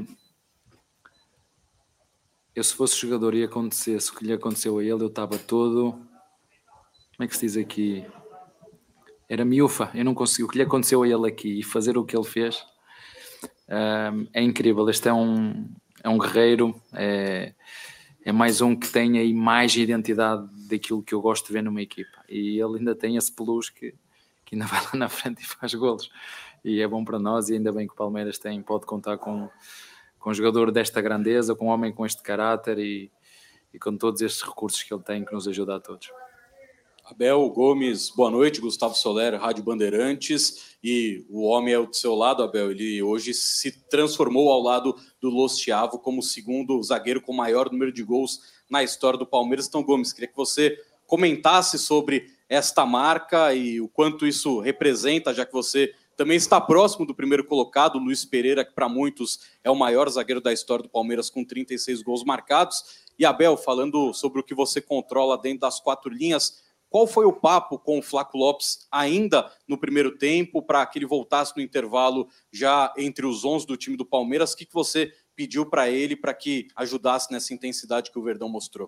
se fosse jogador e acontecesse o que lhe aconteceu a ele, eu estava todo... Como é que se diz aqui? Era miúfa. Eu não consegui. O que lhe aconteceu a ele aqui e fazer o que ele fez é incrível. Este é um guerreiro, é mais um que tem aí mais identidade daquilo que eu gosto de ver numa equipa. E ele ainda tem esse plus que que ainda vai lá na frente e faz golos. E é bom para nós, e ainda bem que o Palmeiras pode contar com um jogador desta grandeza, com um homem com este caráter e com todos estes recursos que ele tem, que nos ajuda a todos. Abel Gomes, boa noite. Gustavo Soler, Rádio Bandeirantes. E o homem é do seu lado, Abel. Ele hoje se transformou ao lado do Los Chiavo como o segundo zagueiro com maior número de gols na história do Palmeiras. Então, Gomes, queria que você comentasse sobre esta marca e o quanto isso representa, já que você também está próximo do primeiro colocado, Luiz Pereira, que para muitos é o maior zagueiro da história do Palmeiras, com 36 gols marcados. E, Abel, falando sobre o que você controla dentro das 4 linhas, qual foi o papo com o Flaco Lopes ainda no primeiro tempo, para que ele voltasse no intervalo já entre os 11 do time do Palmeiras? O que você pediu para ele para que ajudasse nessa intensidade que o Verdão mostrou?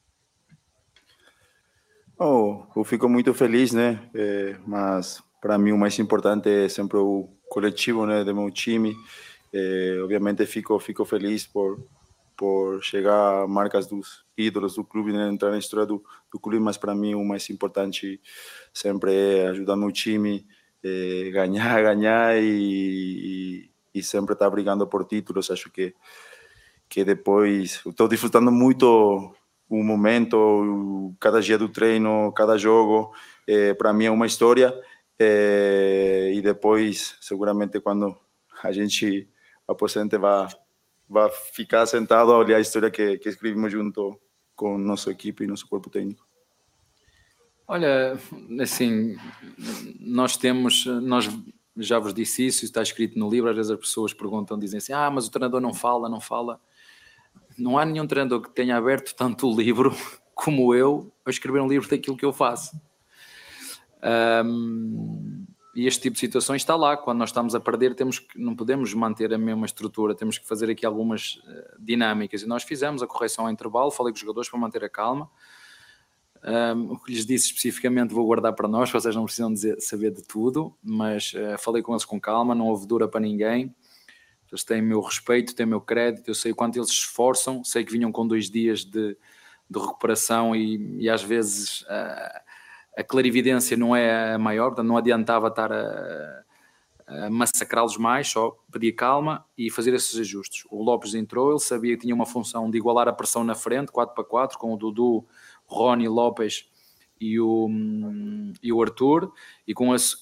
Eu fico muito feliz, né? Mas para mim o mais importante é sempre o coletivo, né, do meu time. Obviamente fico feliz por chegar a marcas dos ídolos do clube, né, entrar na história do clube, mas para mim o mais importante sempre é ajudar meu time, ganhar e sempre estar brigando por títulos. Acho que depois estou desfrutando muito o momento, cada dia do treino, cada jogo, para mim é uma história, e depois seguramente quando a gente aposente vai ficar sentado a olhar a história que escrevemos junto com nossa equipe e nosso corpo técnico. Olha, assim, nós já vos disse isso está escrito no livro, às vezes as pessoas perguntam, dizem assim, mas o treinador não fala. Não há nenhum treinador que tenha aberto tanto o livro como eu a escrever um livro daquilo que eu faço. E este tipo de situações está lá. Quando nós estamos a perder, não podemos manter a mesma estrutura, temos que fazer aqui algumas dinâmicas. E nós fizemos a correção ao intervalo, falei com os jogadores para manter a calma. O que lhes disse especificamente vou guardar para nós, vocês não precisam saber de tudo, mas falei com eles com calma, não houve dura para ninguém. Eles têm meu respeito, têm meu crédito, eu sei o quanto eles se esforçam, sei que vinham com 2 dias de recuperação e às vezes a clarividência não é a maior, portanto não adiantava estar a massacrá-los mais, só pedir calma e fazer esses ajustes. O Lopes entrou, ele sabia que tinha uma função de igualar a pressão na frente, 4-4, com o Dudu, Rony, Lopes e o Arthur, e com isso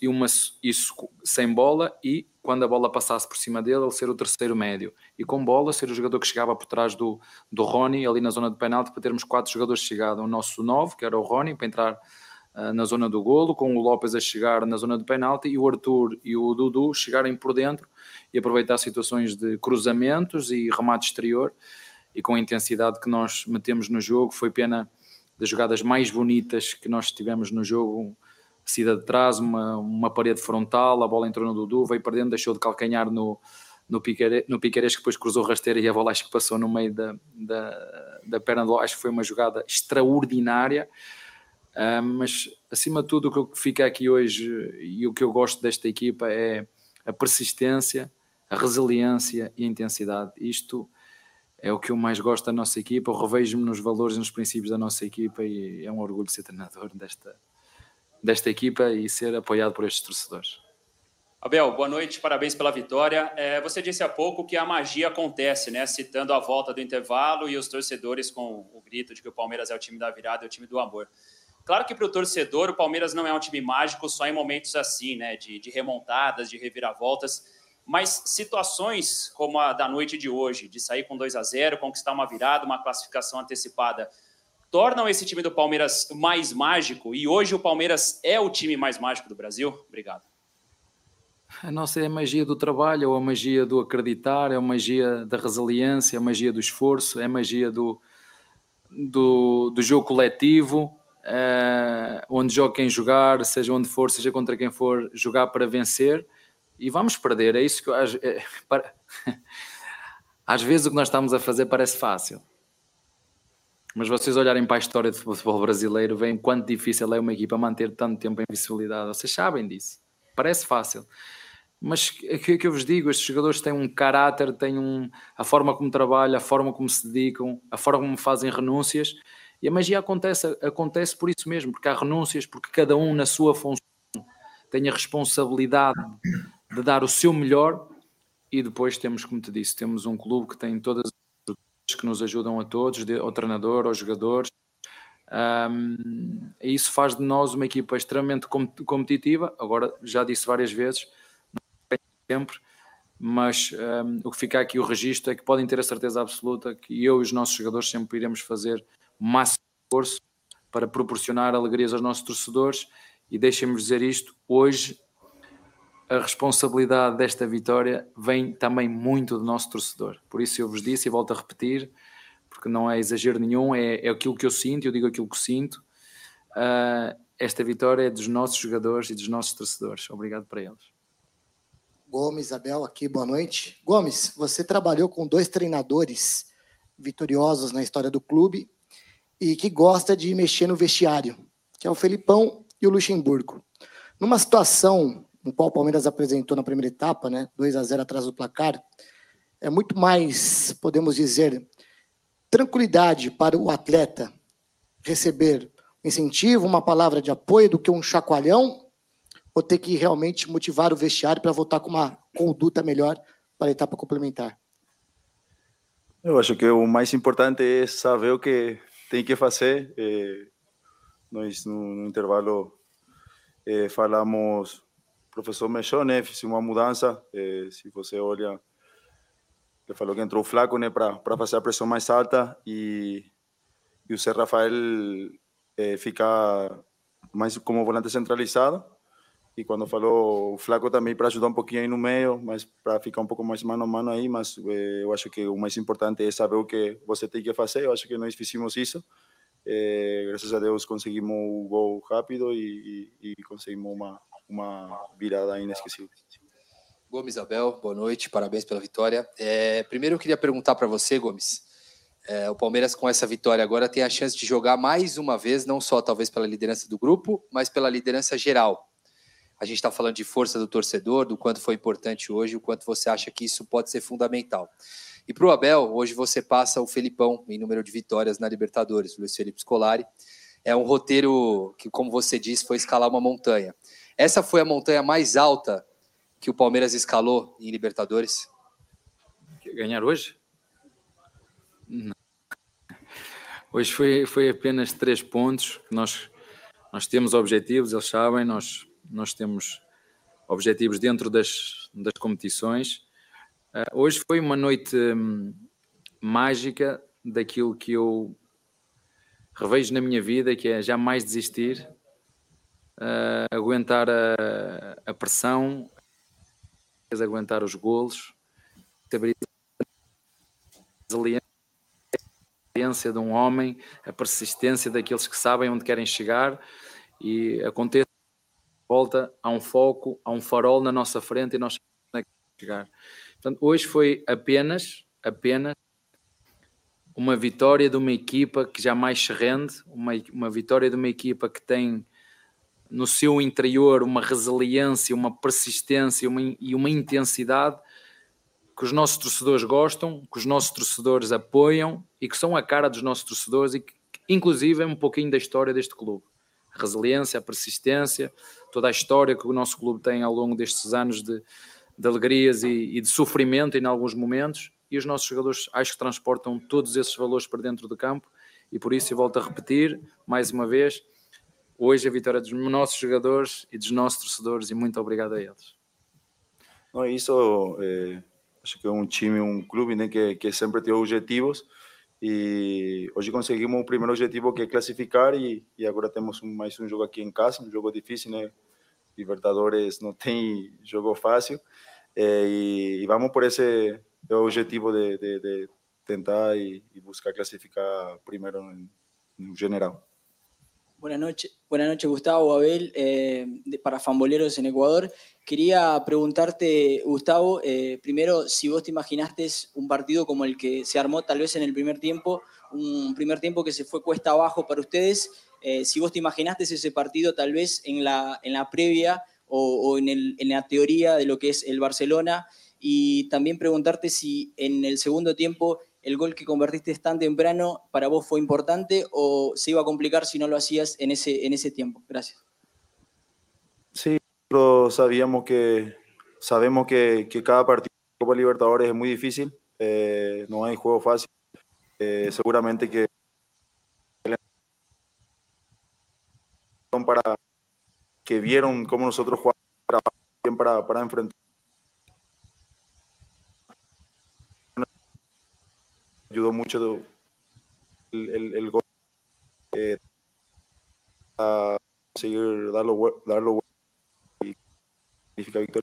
sem bola, e quando a bola passasse por cima dele, ele ser o terceiro médio, e com bola ser o jogador que chegava por trás do Rony, ali na zona de penalti, para termos 4 jogadores chegados, o nosso 9, que era o Rony, para entrar na zona do golo, com o Lopes a chegar na zona de penalti, e o Arthur e o Dudu chegarem por dentro e aproveitar situações de cruzamentos e remate exterior, e com a intensidade que nós metemos no jogo. Foi pena das jogadas mais bonitas que nós tivemos no jogo, saída de trás, uma parede frontal, a bola entrou no Dudu, veio para dentro, deixou de calcanhar no Piqueires, que depois cruzou rasteira e a bola acho que passou no meio da perna do... Acho que foi uma jogada extraordinária, mas acima de tudo o que fica aqui hoje e o que eu gosto desta equipa é a persistência, a resiliência e a intensidade. Isto é o que eu mais gosto da nossa equipa. Eu revejo-me nos valores e nos princípios da nossa equipa e é um orgulho ser treinador desta equipa e ser apoiado por estes torcedores. Abel, boa noite, parabéns pela vitória. Você disse há pouco que a magia acontece, né? Citando a volta do intervalo e os torcedores com o grito de que o Palmeiras é o time da virada, é o time do amor. Claro que para o torcedor o Palmeiras não é um time mágico só em momentos assim, né? De remontadas, de reviravoltas, mas situações como a da noite de hoje, de sair com 2-0, conquistar uma virada, uma classificação antecipada, tornam esse time do Palmeiras mais mágico, e hoje o Palmeiras é o time mais mágico do Brasil? Obrigado. A nossa é a magia do trabalho, é a magia do acreditar, é a magia da resiliência, é a magia do esforço, é a magia do jogo coletivo, onde joga quem jogar, seja onde for, seja contra quem for, jogar para vencer, e vamos perder. É isso que às vezes o que nós estamos a fazer parece fácil, mas vocês olharem para a história do futebol brasileiro, veem quanto difícil é uma equipa manter tanto tempo em visibilidade. Vocês sabem disso, parece fácil, mas o que eu vos digo, estes jogadores têm um caráter, têm a forma como trabalham, a forma como se dedicam, a forma como fazem renúncias, e a magia acontece por isso mesmo, porque há renúncias, porque cada um na sua função tem a responsabilidade de dar o seu melhor, e depois temos, como te disse, temos um clube que tem todas as que nos ajudam a todos, ao treinador, aos jogadores. E isso faz de nós uma equipa extremamente competitiva. Agora, já disse várias vezes, não sempre, mas o que fica aqui o registro é que podem ter a certeza absoluta que eu e os nossos jogadores sempre iremos fazer o máximo esforço para proporcionar alegrias aos nossos torcedores. E deixem-me dizer isto, hoje a responsabilidade desta vitória vem também muito do nosso torcedor. Por isso eu vos disse e volto a repetir, porque não é exagero nenhum, é aquilo que eu sinto, eu digo aquilo que sinto. Esta vitória é dos nossos jogadores e dos nossos torcedores. Obrigado para eles. Gomes, Abel, aqui, boa noite. Gomes, você trabalhou com 2 treinadores vitoriosos na história do clube e que gosta de mexer no vestiário, que é o Felipão e o Luxemburgo. Numa situação no qual o Palmeiras apresentou na primeira etapa, né, 2-0 atrás do placar, é muito mais, podemos dizer, tranquilidade para o atleta receber incentivo, uma palavra de apoio, do que um chacoalhão, ou ter que realmente motivar o vestiário para voltar com uma conduta melhor para a etapa complementar? Eu acho que o mais importante é saber o que tem que fazer. Nós, no intervalo, falamos, o professor mexeu, né? Fiz uma mudança. Se você olha, ele falou que entrou o Flaco, né, para fazer a pressão mais alta, e o Zé Rafael ficar mais como volante centralizado. E quando falou o Flaco também para ajudar um pouquinho aí no meio, mas para ficar um pouco mais mano a mano aí. Mas eu acho que o mais importante é saber o que você tem que fazer. Eu acho que nós fizemos isso. Graças a Deus conseguimos o gol rápido e conseguimos uma virada inesquecível. Gomes, Abel, boa noite, parabéns pela vitória. Primeiro eu queria perguntar para você, Gomes, o Palmeiras com essa vitória agora tem a chance de jogar mais uma vez, não só talvez pela liderança do grupo, mas pela liderança geral. A gente está falando de força do torcedor, do quanto foi importante hoje, o quanto você acha que isso pode ser fundamental. E para o Abel, hoje você passa o Felipão em número de vitórias na Libertadores, o Luiz Felipe Scolari. É um roteiro que, como você disse, foi escalar uma montanha. Essa foi a montanha mais alta que o Palmeiras escalou em Libertadores? Ganhar hoje? Não. Hoje foi apenas 3 pontos. Nós temos objetivos, eles sabem, nós temos objetivos dentro das competições. Hoje foi uma noite mágica daquilo que eu revejo na minha vida, que é jamais desistir, aguentar a pressão, aguentar os golos, saber a resiliência de um homem, a persistência daqueles que sabem onde querem chegar, e acontece volta, há um foco, há um farol na nossa frente e nós sabemos onde é que queremos chegar. Portanto, hoje foi apenas uma vitória de uma equipa que jamais se rende, uma vitória de uma equipa que tem no seu interior uma resiliência, uma persistência e uma intensidade que os nossos torcedores gostam, que os nossos torcedores apoiam e que são a cara dos nossos torcedores e que, inclusive, é um pouquinho da história deste clube. A resiliência, a persistência, toda a história que o nosso clube tem ao longo destes anos de alegrias e de sofrimento em alguns momentos, e os nossos jogadores acho que transportam todos esses valores para dentro do campo, e por isso eu volto a repetir, mais uma vez, hoje a vitória dos nossos jogadores e dos nossos torcedores, e muito obrigado a eles. Não, isso acho que é um time, um clube, né, que sempre tem objetivos, e hoje conseguimos o primeiro objetivo, que é classificar, e agora temos mais um jogo aqui em casa, um jogo difícil, né? Libertadores não tem jogo fácil, e vamos por esse objetivo de tentar e buscar clasificar primeiro no general. Buenas noches, Gustavo, Abel, para Famboleros en Ecuador. Quería preguntarte, Gustavo, primero, si vos te imaginaste un partido como el que se armó tal vez en el primer tiempo, un primer tiempo que se fue cuesta abajo para ustedes, si vos te imaginaste ese partido tal vez en la previa o en la teoría de lo que es el Barcelona, y también preguntarte si en el segundo tiempo el gol que convertiste tan temprano para vos fue importante o se iba a complicar si no lo hacías en ese tiempo. Gracias. Sí, nosotros sabemos que cada partido de Copa Libertadores es muy difícil, no hay juego fácil, seguramente que para que vieron cómo nosotros jugamos para enfrentar. Ayudó mucho el gol a conseguir darlo y significa victoria.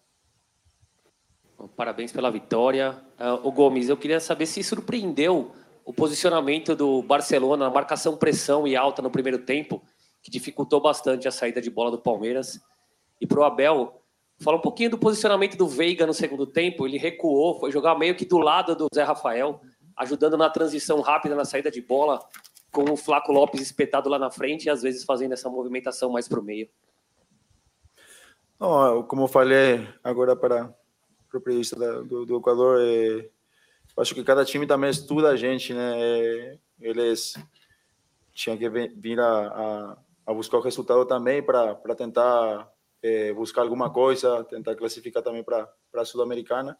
Parabéns pela vitória. O Gomes, eu queria saber se surpreendeu o posicionamento do Barcelona, a marcação, pressão e alta no primeiro tempo, que dificultou bastante a saída de bola do Palmeiras. E para o Abel, fala um pouquinho do posicionamento do Veiga no segundo tempo. Ele recuou, foi jogar meio que do lado do Zé Rafael, ajudando na transição rápida, na saída de bola, com o Flaco Lopes espetado lá na frente e às vezes fazendo essa movimentação mais para o meio. Não, como falei agora para o periodista do Equador, acho que cada time também estuda a gente, né? Eles tinham que vir a buscar o resultado também para tentar buscar alguma coisa, tentar classificar também para a Sul-Americana.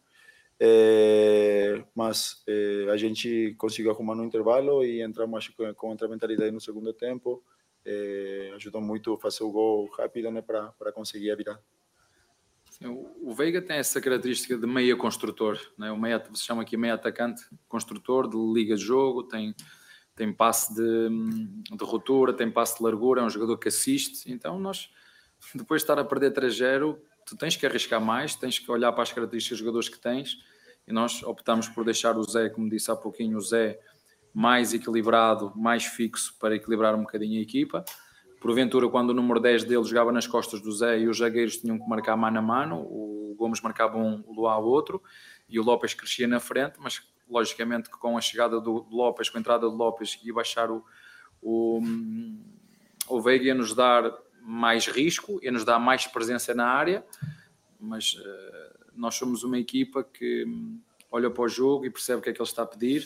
Mas a gente conseguiu arrumar no intervalo e entramos, acho, com outra mentalidade no segundo tempo. Ajudou muito a fazer o gol rápido, né, para conseguir a virada. O Veiga tem essa característica de meia construtor, né? O meia, se chama aqui meia atacante construtor, de liga de jogo, tem passe de ruptura, tem passe de largura, é um jogador que assiste. Então nós, depois de estar a perder 3-0, tu tens que arriscar mais, tens que olhar para as características dos jogadores que tens, e nós optamos por deixar o Zé, como disse há pouquinho, o Zé mais equilibrado, mais fixo, para equilibrar um bocadinho a equipa. Porventura, quando o número 10 dele jogava nas costas do Zé e os zagueiros tinham que marcar mano a mano, o Gomes marcava um, o Luá outro, e o Lopes crescia na frente, mas logicamente que com a chegada do Lopes, com a entrada do Lopes, ia baixar o Veiga, ia nos dar mais risco, ia nos dar mais presença na área, mas nós somos uma equipa que olha para o jogo e percebe o que é que ele está a pedir.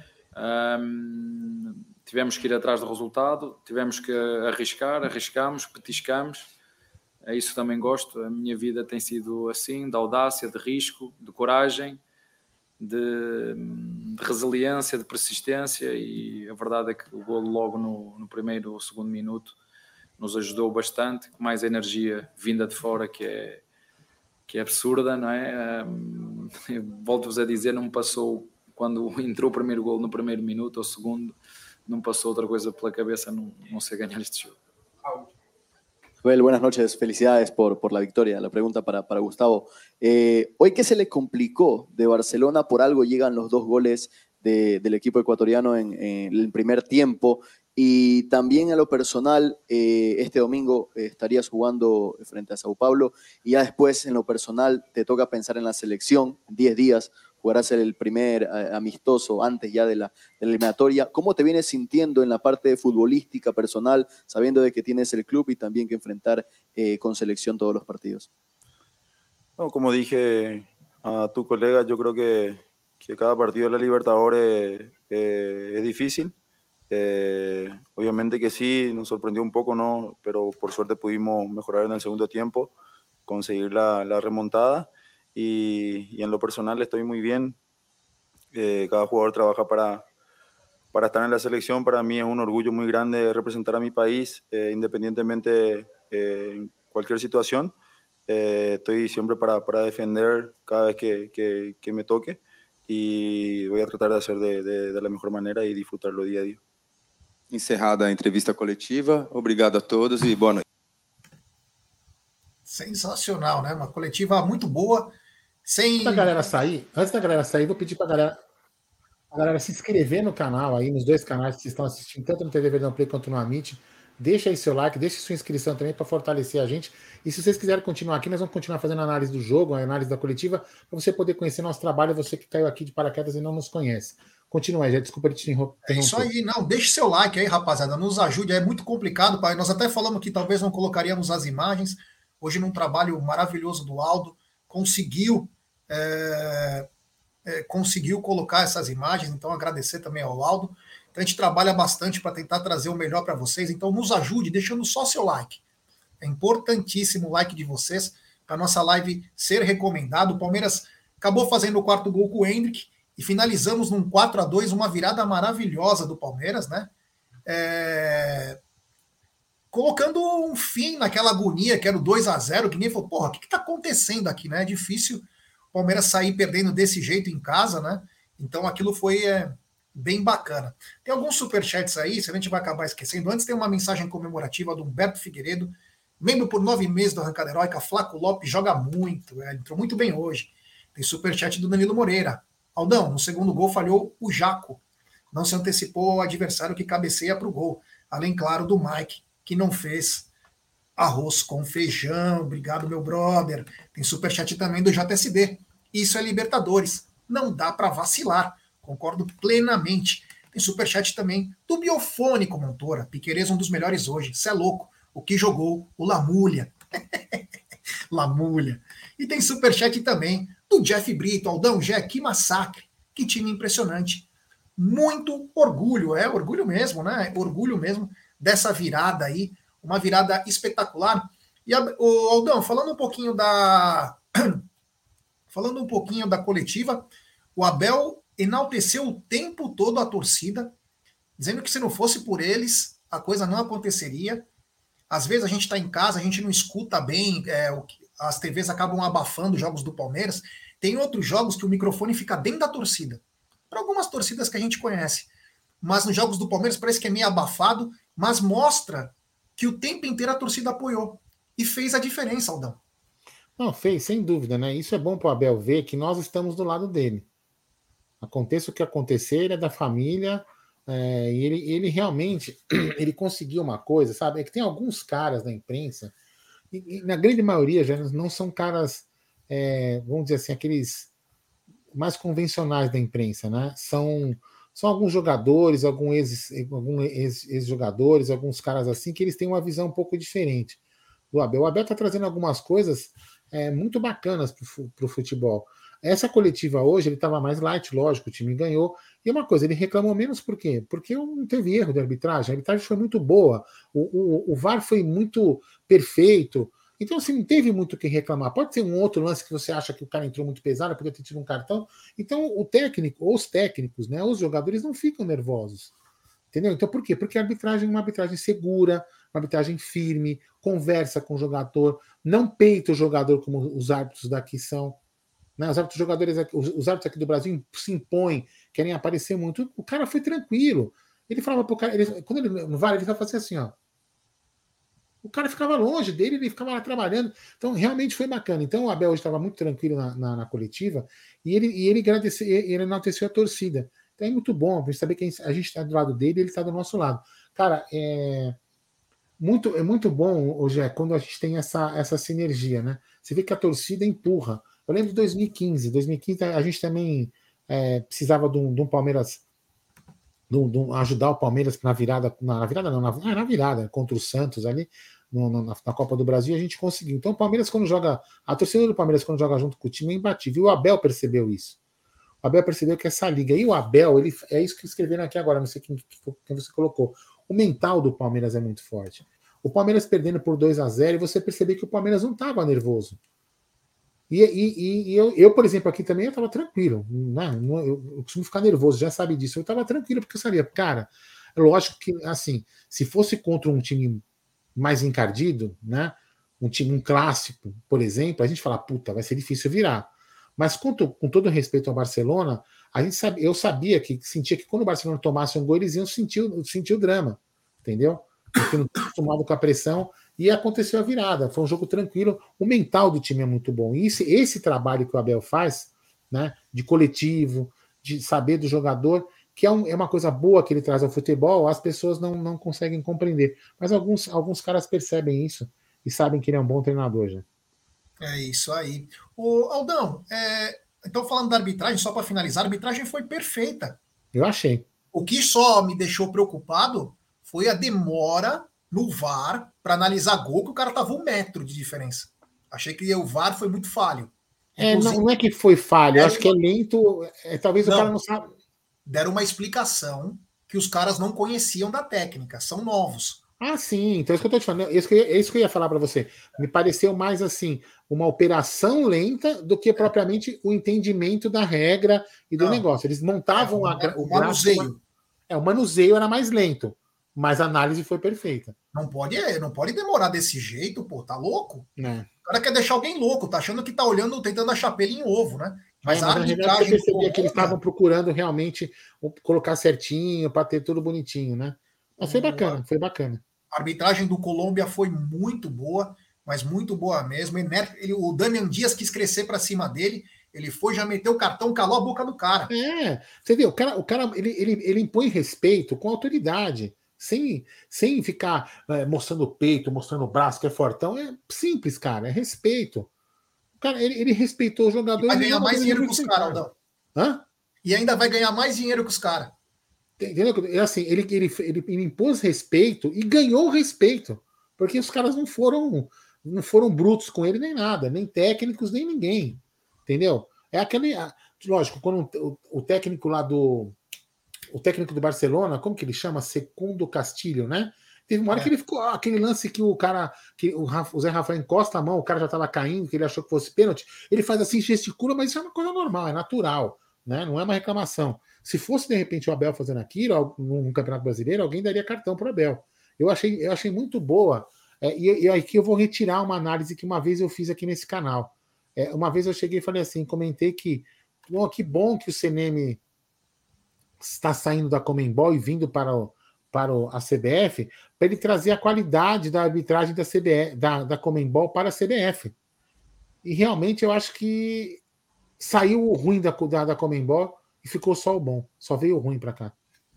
Tivemos que ir atrás do resultado, tivemos que arriscamos, petiscamos. É isso que também gosto. A minha vida tem sido assim, de audácia, de risco, de coragem, de resiliência, de persistência, e a verdade é que o golo logo no primeiro ou segundo minuto nos ajudou bastante, com mais energia vinda de fora, que é absurda, não é? Volto-vos a dizer, não me passou, quando entrou o primeiro golo no primeiro minuto ou segundo, não passou outra coisa pela cabeça, não sei ganhar este jogo. Abel, buenas noches, felicidades por la victoria. La pregunta para Gustavo. Hoy, ¿qué se le complicó de Barcelona? Por algo llegan los 2 goles del equipo ecuatoriano en el primer tiempo. Y también a lo personal, este domingo estarías jugando frente a Sao Paulo, y ya después en lo personal te toca pensar en la selección, 10 días, jugarás el primer amistoso antes ya de la eliminatoria. ¿Cómo te vienes sintiendo en la parte futbolística personal, sabiendo de que tienes el club y también que enfrentar con selección todos los partidos? No, como dije a tu colega, yo creo que cada partido de la Libertadores es difícil. Obviamente que sí, nos sorprendió un poco, ¿no? Pero por suerte pudimos mejorar en el segundo tiempo, conseguir la remontada, y en lo personal estoy muy bien. Cada jugador trabaja para estar en la selección. Para mí es un orgullo muy grande representar a mi país, independientemente en cualquier situación. Estoy siempre para defender cada vez que me toque, y voy a tratar de hacer de la mejor manera y disfrutarlo día a día. Encerrada a entrevista coletiva. Obrigado a todos e boa noite. Sensacional, né? Uma coletiva muito boa. Antes da galera sair, vou pedir para a galera se inscrever no canal aí, nos 2 canais que vocês estão assistindo, tanto no TV Verdão Play quanto no Amit. Deixa aí seu like, deixa sua inscrição também para fortalecer a gente. E se vocês quiserem continuar aqui, nós vamos continuar fazendo análise do jogo, a análise da coletiva, para você poder conhecer nosso trabalho, você que caiu aqui de paraquedas e não nos conhece. Continua aí, já desculpa de te interromper. É isso aí, não, deixe seu like aí, rapaziada, nos ajude, é muito complicado, pai. Nós até falamos que talvez não colocaríamos as imagens, hoje num trabalho maravilhoso do Aldo, conseguiu colocar essas imagens, então agradecer também ao Aldo. Então a gente trabalha bastante para tentar trazer o melhor para vocês, então nos ajude deixando só seu like. É importantíssimo o like de vocês para nossa live ser recomendada. O Palmeiras acabou fazendo o 4º gol com o Endrick e finalizamos num 4-2, uma virada maravilhosa do Palmeiras, né? Colocando um fim naquela agonia que era o 2-0, que nem falou, porra, o que está acontecendo aqui, né? É difícil o Palmeiras sair perdendo desse jeito em casa, né? Então aquilo foi bem bacana. Tem alguns superchats aí, se a gente vai acabar esquecendo. Antes tem uma mensagem comemorativa do Humberto Figueiredo, membro por 9 meses da Arrancada Heróica. Flaco Lopes joga muito, entrou muito bem hoje. Tem superchat do Danilo Moreira. Aldão, no segundo gol falhou o Jaco. Não se antecipou ao adversário que cabeceia para o gol. Além, claro, do Mike, que não fez arroz com feijão. Obrigado, meu brother. Tem superchat também do JSD. Isso é Libertadores. Não dá para vacilar. Concordo plenamente. Tem superchat também do Biofônico Montoura. Piquerez, um dos melhores hoje. Cê é louco. O que jogou? O Lamulha. Lamulha. E tem superchat também do Jeff Brito. Aldão, Jé, que massacre. Que time impressionante. Muito orgulho. Orgulho mesmo, né? Orgulho mesmo dessa virada aí. Uma virada espetacular. E, Aldão, falando um pouquinho da coletiva, o Abel enalteceu o tempo todo a torcida, dizendo que se não fosse por eles, a coisa não aconteceria. Às vezes a gente está em casa, a gente não escuta bem, as TVs acabam abafando os jogos do Palmeiras. Tem outros jogos que o microfone fica dentro da torcida, para algumas torcidas que a gente conhece. Mas nos jogos do Palmeiras parece que é meio abafado, mas mostra que o tempo inteiro a torcida apoiou. E fez a diferença, Aldão. Não, fez, sem dúvida, né? Isso é bom para o Abel ver que nós estamos do lado dele. Aconteça o que acontecer, ele é da família, e ele realmente ele conseguiu uma coisa, sabe? É que tem alguns caras na imprensa, e na grande maioria já não são caras, vamos dizer assim, aqueles mais convencionais da imprensa, né? São alguns jogadores, alguns ex-jogadores, alguns caras assim, que eles têm uma visão um pouco diferente do Abel. O Abel está trazendo algumas coisas muito bacanas para o futebol. Essa coletiva hoje, ele estava mais light, lógico, o time ganhou. E uma coisa, ele reclamou menos por quê? Porque não teve erro de arbitragem, a arbitragem foi muito boa, o VAR foi muito perfeito. Então, assim, não teve muito o que reclamar. Pode ter um outro lance que você acha que o cara entrou muito pesado, podia ter tido um cartão. Então, o técnico, ou os técnicos, né, os jogadores não ficam nervosos. Entendeu? Então, por quê? Porque a arbitragem é uma arbitragem segura, uma arbitragem firme, conversa com o jogador, não peita o jogador como os árbitros daqui são. Né? Os árbitros aqui do Brasil se impõem, querem aparecer muito. O cara foi tranquilo. Ele falava pro cara, quando ele no VAR, ele fazia assim, ó. O cara ficava longe dele, ele ficava lá trabalhando. Então, realmente foi bacana. Então, o Abel hoje estava muito tranquilo na coletiva e ele agradeceu, ele enalteceu a torcida. Então, é muito bom a gente saber que a gente está do lado dele e ele está do nosso lado. Cara, é muito bom hoje quando a gente tem essa sinergia, né? Você vê que a torcida empurra. Eu lembro de 2015. 2015 a gente também precisava de um Palmeiras, ajudar o Palmeiras na virada, na virada contra o Santos ali na Copa do Brasil, a gente conseguiu. Então o Palmeiras quando joga, a torcida do Palmeiras quando joga junto com o time é imbatível. E o Abel percebeu isso. O Abel percebeu que essa liga, e o Abel, é isso que escreveram aqui agora, não sei quem você colocou. O mental do Palmeiras é muito forte. O Palmeiras perdendo por 2-0 e você percebeu que o Palmeiras não estava nervoso. E eu, por exemplo, aqui também eu estava tranquilo. Né? Eu costumo ficar nervoso, já sabe disso. Eu estava tranquilo porque eu sabia, cara, é lógico que, assim, se fosse contra um time mais encardido, né? Um clássico, por exemplo, a gente fala, puta, vai ser difícil virar. Mas com todo respeito ao Barcelona, eu sabia sentia que quando o Barcelona tomasse um gol, eles iam sentir o drama, entendeu? Porque não estava acostumado com a pressão. E aconteceu a virada, foi um jogo tranquilo. O mental do time é muito bom. E esse trabalho que o Abel faz, né, de coletivo, de saber do jogador, que é uma coisa boa que ele traz ao futebol, as pessoas não conseguem compreender. Mas alguns caras percebem isso e sabem que ele é um bom treinador já. É isso aí. Aldão, então falando da arbitragem, só para finalizar, a arbitragem foi perfeita. Eu achei. O que só me deixou preocupado foi a demora no VAR para analisar gol, que o cara tava 1 metro de diferença. Achei que o VAR foi muito falho. Não é que foi falho, eu acho que é lento. Talvez o cara não sabe. Deram uma explicação que os caras não conheciam da técnica, são novos. Ah, sim, então é isso que eu tô te falando. É isso que eu ia falar para você. Me pareceu mais assim, uma operação lenta do que propriamente o entendimento da regra e do negócio. Eles montavam o manuseio. O manuseio era mais lento, mas a análise foi perfeita. Não pode demorar desse jeito, pô, tá louco? É. O cara quer deixar alguém louco, tá achando que tá olhando, tentando achar pelo em ovo, né? Mas a na realidade eu arbitragem percebia que eles estavam procurando realmente colocar certinho para ter tudo bonitinho, né? Mas foi bacana, foi bacana. A arbitragem do Colômbia foi muito boa, mas muito boa mesmo. O Damian Dias quis crescer para cima dele, ele foi, já meteu o cartão, calou a boca do cara. Você vê, o cara ele impõe respeito com autoridade, sem ficar mostrando o peito, mostrando o braço, que é fortão. É simples, cara, é respeito. O cara, ele respeitou o jogador. E vai ganhar mais dinheiro que os caras, Aldão. Hã? E ainda vai ganhar mais dinheiro que os caras. Entendeu? É assim, ele impôs respeito e ganhou respeito, porque os caras não foram brutos com ele nem nada, nem técnicos, nem ninguém. Entendeu? É aquele. Lógico, quando o técnico lá o técnico do Barcelona, como que ele chama? Segundo Castilho, né? Teve uma hora que ele ficou. Aquele lance que o cara. Que o Zé Rafael encosta a mão, o cara já estava caindo, que ele achou que fosse pênalti. Ele faz assim, gesticula, mas isso é uma coisa normal, é natural. Né? Não é uma reclamação. Se fosse, de repente, o Abel fazendo aquilo no Campeonato Brasileiro, alguém daria cartão para o Abel. Eu achei muito boa. E aqui eu vou retirar uma análise que uma vez eu fiz aqui nesse canal. Uma vez eu cheguei e falei assim, comentei que bom que o CNM está saindo da Conmebol e vindo para a CBF, para ele trazer a qualidade da arbitragem da Conmebol para a CBF. E realmente eu acho que saiu o ruim da Conmebol e ficou só o bom. Só veio o ruim para cá.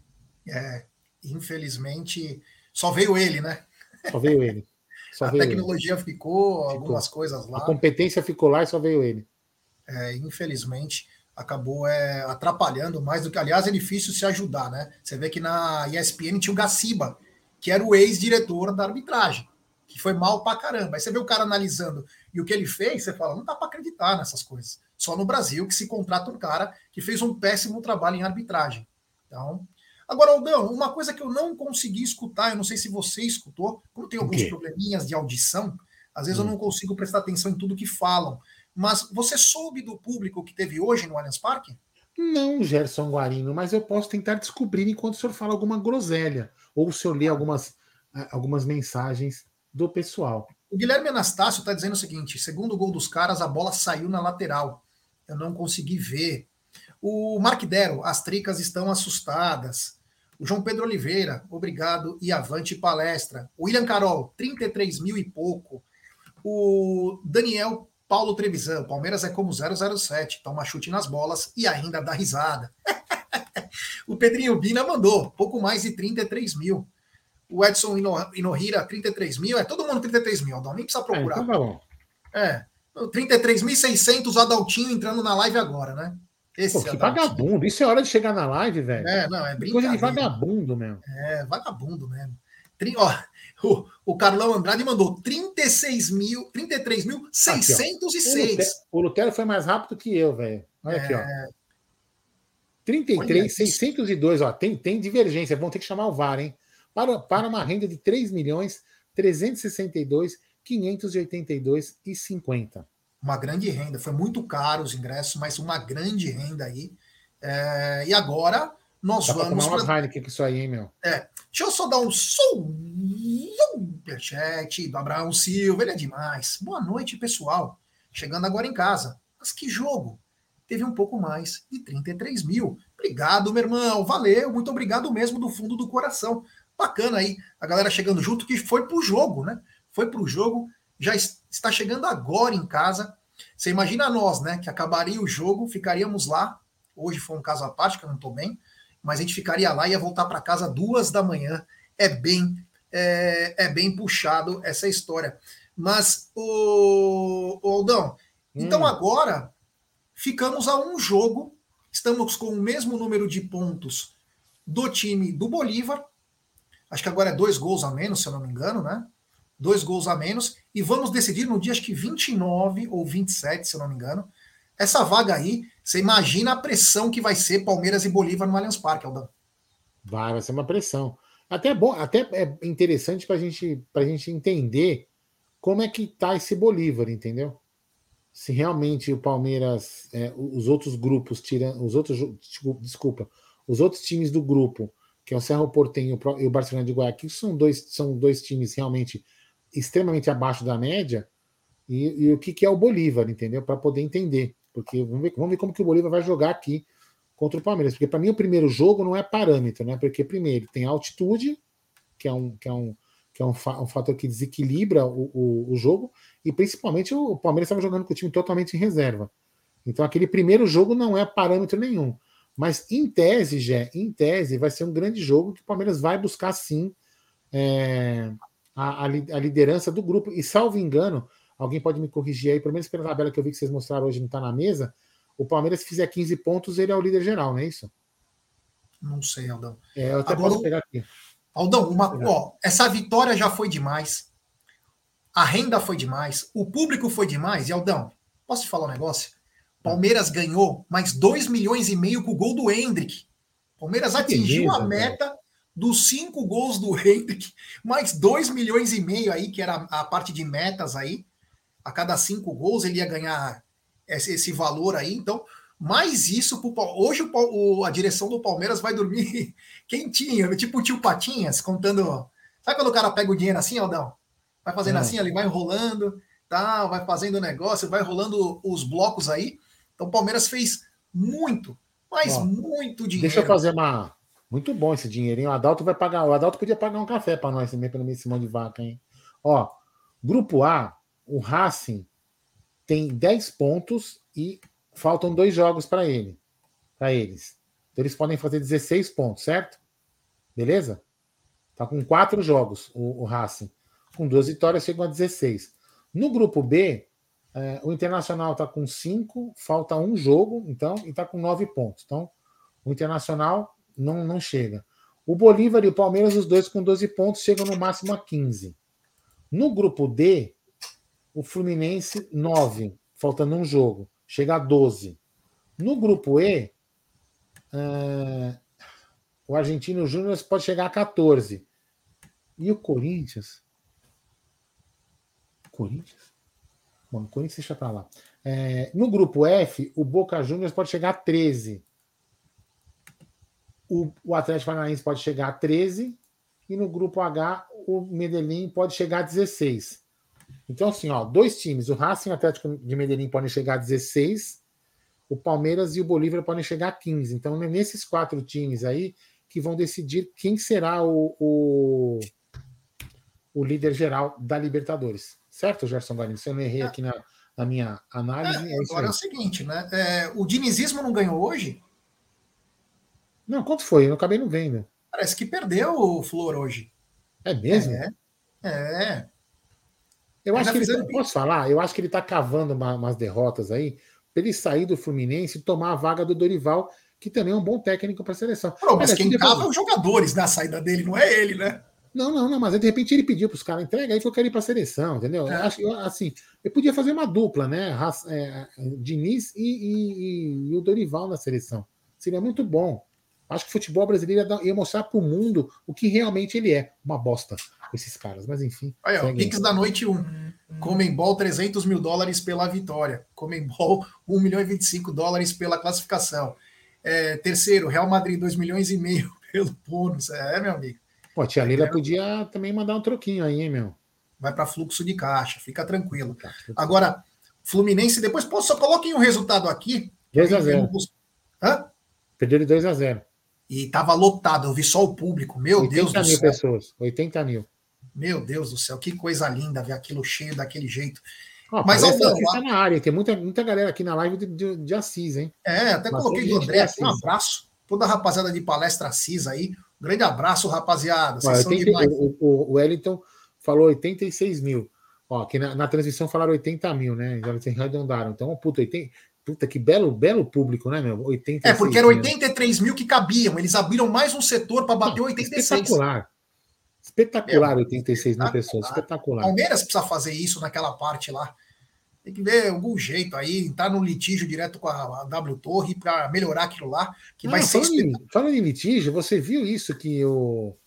Infelizmente, só veio ele, né? Só veio ele. A tecnologia ficou, algumas coisas lá. A competência ficou lá e só veio ele. Infelizmente, acabou atrapalhando mais do que... Aliás, é difícil se ajudar, né? Você vê que na ESPN tinha o Gaciba, que era o ex-diretor da arbitragem, que foi mal pra caramba. Aí você vê o cara analisando e o que ele fez, você fala, não dá pra acreditar nessas coisas. Só no Brasil que se contrata um cara que fez um péssimo trabalho em arbitragem. Então... Agora, Aldão, uma coisa que eu não consegui escutar, eu não sei se você escutou, como tem alguns probleminhas de audição, às vezes eu não consigo prestar atenção em tudo que falam, mas você soube do público que teve hoje no Allianz Parque? Não, Gerson Guarino, mas eu posso tentar descobrir enquanto o senhor fala alguma groselha, ou o senhor lê algumas mensagens do pessoal. O Guilherme Anastácio está dizendo o seguinte, segundo o gol dos caras, a bola saiu na lateral, eu não consegui ver. O Mark Dero, as tricas estão assustadas. O João Pedro Oliveira, obrigado e avante palestra. O William Carol, 33 mil e pouco. O Daniel Paulo Trevisan, Palmeiras é como 007, toma chute nas bolas e ainda dá risada. O Pedrinho Bina mandou, pouco mais de 33 mil. O Edson Inohira, 33 mil. Todo mundo 33 mil, Aldão, nem precisa procurar. Então tá bom. 33.600, o Adaltinho entrando na live agora, né? Pô, que vagabundo. Isso é hora de chegar na live, velho. Não, é brincadeira. Coisa de vagabundo mesmo. Vagabundo mesmo. O Carlão Andrade mandou 33.606. O Lutero foi mais rápido que eu, velho. Olha aqui, ó. 33.602, ó. Tem divergência. Vão ter que chamar o VAR, hein? Para uma renda de 3.362.582,50. Uma grande renda. Foi muito caro os ingressos, mas uma grande renda aí. E agora nós vamos... Tomar umas Heineken com isso aí, hein, meu? Deixa eu só dar um superchat do Abraão Silva. Ele é demais. Boa noite, pessoal. Chegando agora em casa. Mas que jogo? Teve um pouco mais de 33 mil. Obrigado, meu irmão. Valeu. Muito obrigado mesmo do fundo do coração. Bacana aí. A galera chegando junto, que foi pro jogo, né? Foi pro jogo. Já está chegando agora em casa. Você imagina nós, né? Que acabaria o jogo, ficaríamos lá. Hoje foi um caso à parte, que eu não estou bem. Mas a gente ficaria lá e ia voltar para casa 2 da manhã. É bem puxado essa história. Mas, o Aldão, então agora ficamos a um jogo. Estamos com o mesmo número de pontos do time do Bolívar. Acho que agora é 2 gols a menos, se eu não me engano, né? 2 gols a menos, e vamos decidir no dia, acho que 29 ou 27, se eu não me engano. Essa vaga aí, você imagina a pressão que vai ser Palmeiras e Bolívar no Allianz Parque, Aldão. Vai ser uma pressão. Até é bom, até é interessante para a gente entender como é que tá esse Bolívar, entendeu? Se realmente o Palmeiras, os outros grupos, tirando os outros, desculpa, os outros times do grupo, que é o Cerro Porteño e o Barcelona de Guayaquil, são dois times realmente extremamente abaixo da média, e o que é o Bolívar, entendeu? Para poder entender. Porque vamos ver como que o Bolívar vai jogar aqui contra o Palmeiras. Porque para mim o primeiro jogo não é parâmetro, né? Porque primeiro tem a altitude, que é um fator que desequilibra o jogo, e principalmente o Palmeiras estava jogando com o time totalmente em reserva. Então aquele primeiro jogo não é parâmetro nenhum. Mas em tese vai ser um grande jogo que o Palmeiras vai buscar sim a liderança do grupo. E salvo engano, alguém pode me corrigir aí, pelo menos pela tabela que eu vi que vocês mostraram hoje, não está na mesa, o Palmeiras, se fizer 15 pontos, ele é o líder geral, não é isso? Não sei, Aldão. Eu até posso pegar aqui. Aldão, essa vitória já foi demais. A renda foi demais. O público foi demais. E, Aldão, posso te falar um negócio? Palmeiras ganhou mais 2,5 milhões com o gol do Hendrick. Palmeiras atingiu a meta dos 5 gols do Hendrick, mais 2,5 milhões aí, que era a parte de metas aí. A cada 5 gols ele ia ganhar esse valor aí. Então, mais isso, hoje a direção do Palmeiras vai dormir quentinha, tipo o tio Patinhas, contando. Sabe quando o cara pega o dinheiro assim, Aldão? Vai fazendo assim, ele vai enrolando, tá? Vai fazendo o negócio, vai rolando os blocos aí. Então o Palmeiras fez muito, mas muito dinheiro. Deixa eu fazer uma. Muito bom esse dinheirinho. O Adalto vai pagar. O Adalto podia pagar um café para nós também, pelo menos esse mão de vaca, hein? Ó, Grupo A, o Racing tem 10 pontos e faltam 2 jogos para eles. Então eles podem fazer 16 pontos, certo? Beleza? Tá com 4 jogos o Racing. Com 2 vitórias chegam a 16. No grupo B, o Internacional está com 5, falta 1 jogo, então, e está com 9 pontos. Então, o Internacional não chega. O Bolívar e o Palmeiras, os dois com 12 pontos, chegam no máximo a 15. No grupo D, o Fluminense, 9, faltando 1 jogo, chega a 12. No grupo E, o Argentino Júnior pode chegar a 14. E o Corinthians? Bom, o Corinthians deixa pra lá. No grupo F, o Boca Juniors pode chegar a 13. O Atlético Paranaense pode chegar a 13. E no grupo H, o Medellín pode chegar a 16. Então, assim, ó, 2 times, o Racing e o Atlético de Medellín podem chegar a 16. O Palmeiras e o Bolívar podem chegar a 15. Então, é nesses 4 times aí que vão decidir quem será o líder geral da Libertadores. Certo, Gerson Guarino? Se eu não errei aqui na minha análise. Agora é o seguinte, né? O dinizismo não ganhou hoje? Não, quanto foi? Eu acabei não vendo. Parece que perdeu o Flor hoje. É mesmo? Eu acho que ele. Posso falar? Eu acho que ele está cavando umas derrotas aí para ele sair do Fluminense e tomar a vaga do Dorival, que também é um bom técnico para a seleção. Mas quem cava é os jogadores na saída dele, não é ele, né? Não, mas de repente ele pediu para os caras, entrega aí que eu quero ir para a seleção, entendeu? Eu acho assim, eu podia fazer uma dupla, né? Diniz e o Dorival na seleção. Seria muito bom. Acho que o futebol brasileiro ia mostrar para o mundo o que realmente ele é. Uma bosta com esses caras, mas enfim. Aí, ó, Pix da noite 1. Comembol, $300 mil pela vitória. Comembol, $1,25 pela classificação. Terceiro, Real Madrid, $2,5 milhões pelo bônus. Meu amigo. Pô, a tia Leila podia também mandar um troquinho aí, hein, meu? Vai para fluxo de caixa, fica tranquilo. Agora, Fluminense, depois só coloquem um resultado aqui. 2-0. Hã? Perdeu de 2-0. E tava lotado, eu vi só o público. Meu Deus do céu. 80 mil pessoas, 80 mil. Meu Deus do céu, que coisa linda ver aquilo cheio daquele jeito. Mas Aldão, tá na área, tem muita galera aqui na live de Assis, hein? Até coloquei do André aqui, um abraço. Toda a rapaziada de Palestra Assis aí. Um grande abraço, rapaziada. Vocês são demais. O Wellington falou 86 mil. Ó, aqui na transmissão falaram 80 mil, né? Já se arredondaram. Então, puta, que belo público, né, meu? 86 porque eram 83 mil que cabiam. Eles abriram mais um setor para bater 86. Espetacular, 86 mil pessoas. Espetacular. Palmeiras precisa fazer isso naquela parte lá. Tem que ver algum jeito aí, entrar no litígio direto com a W Torre para melhorar aquilo lá, que vai ser falando em litígio, você viu isso que o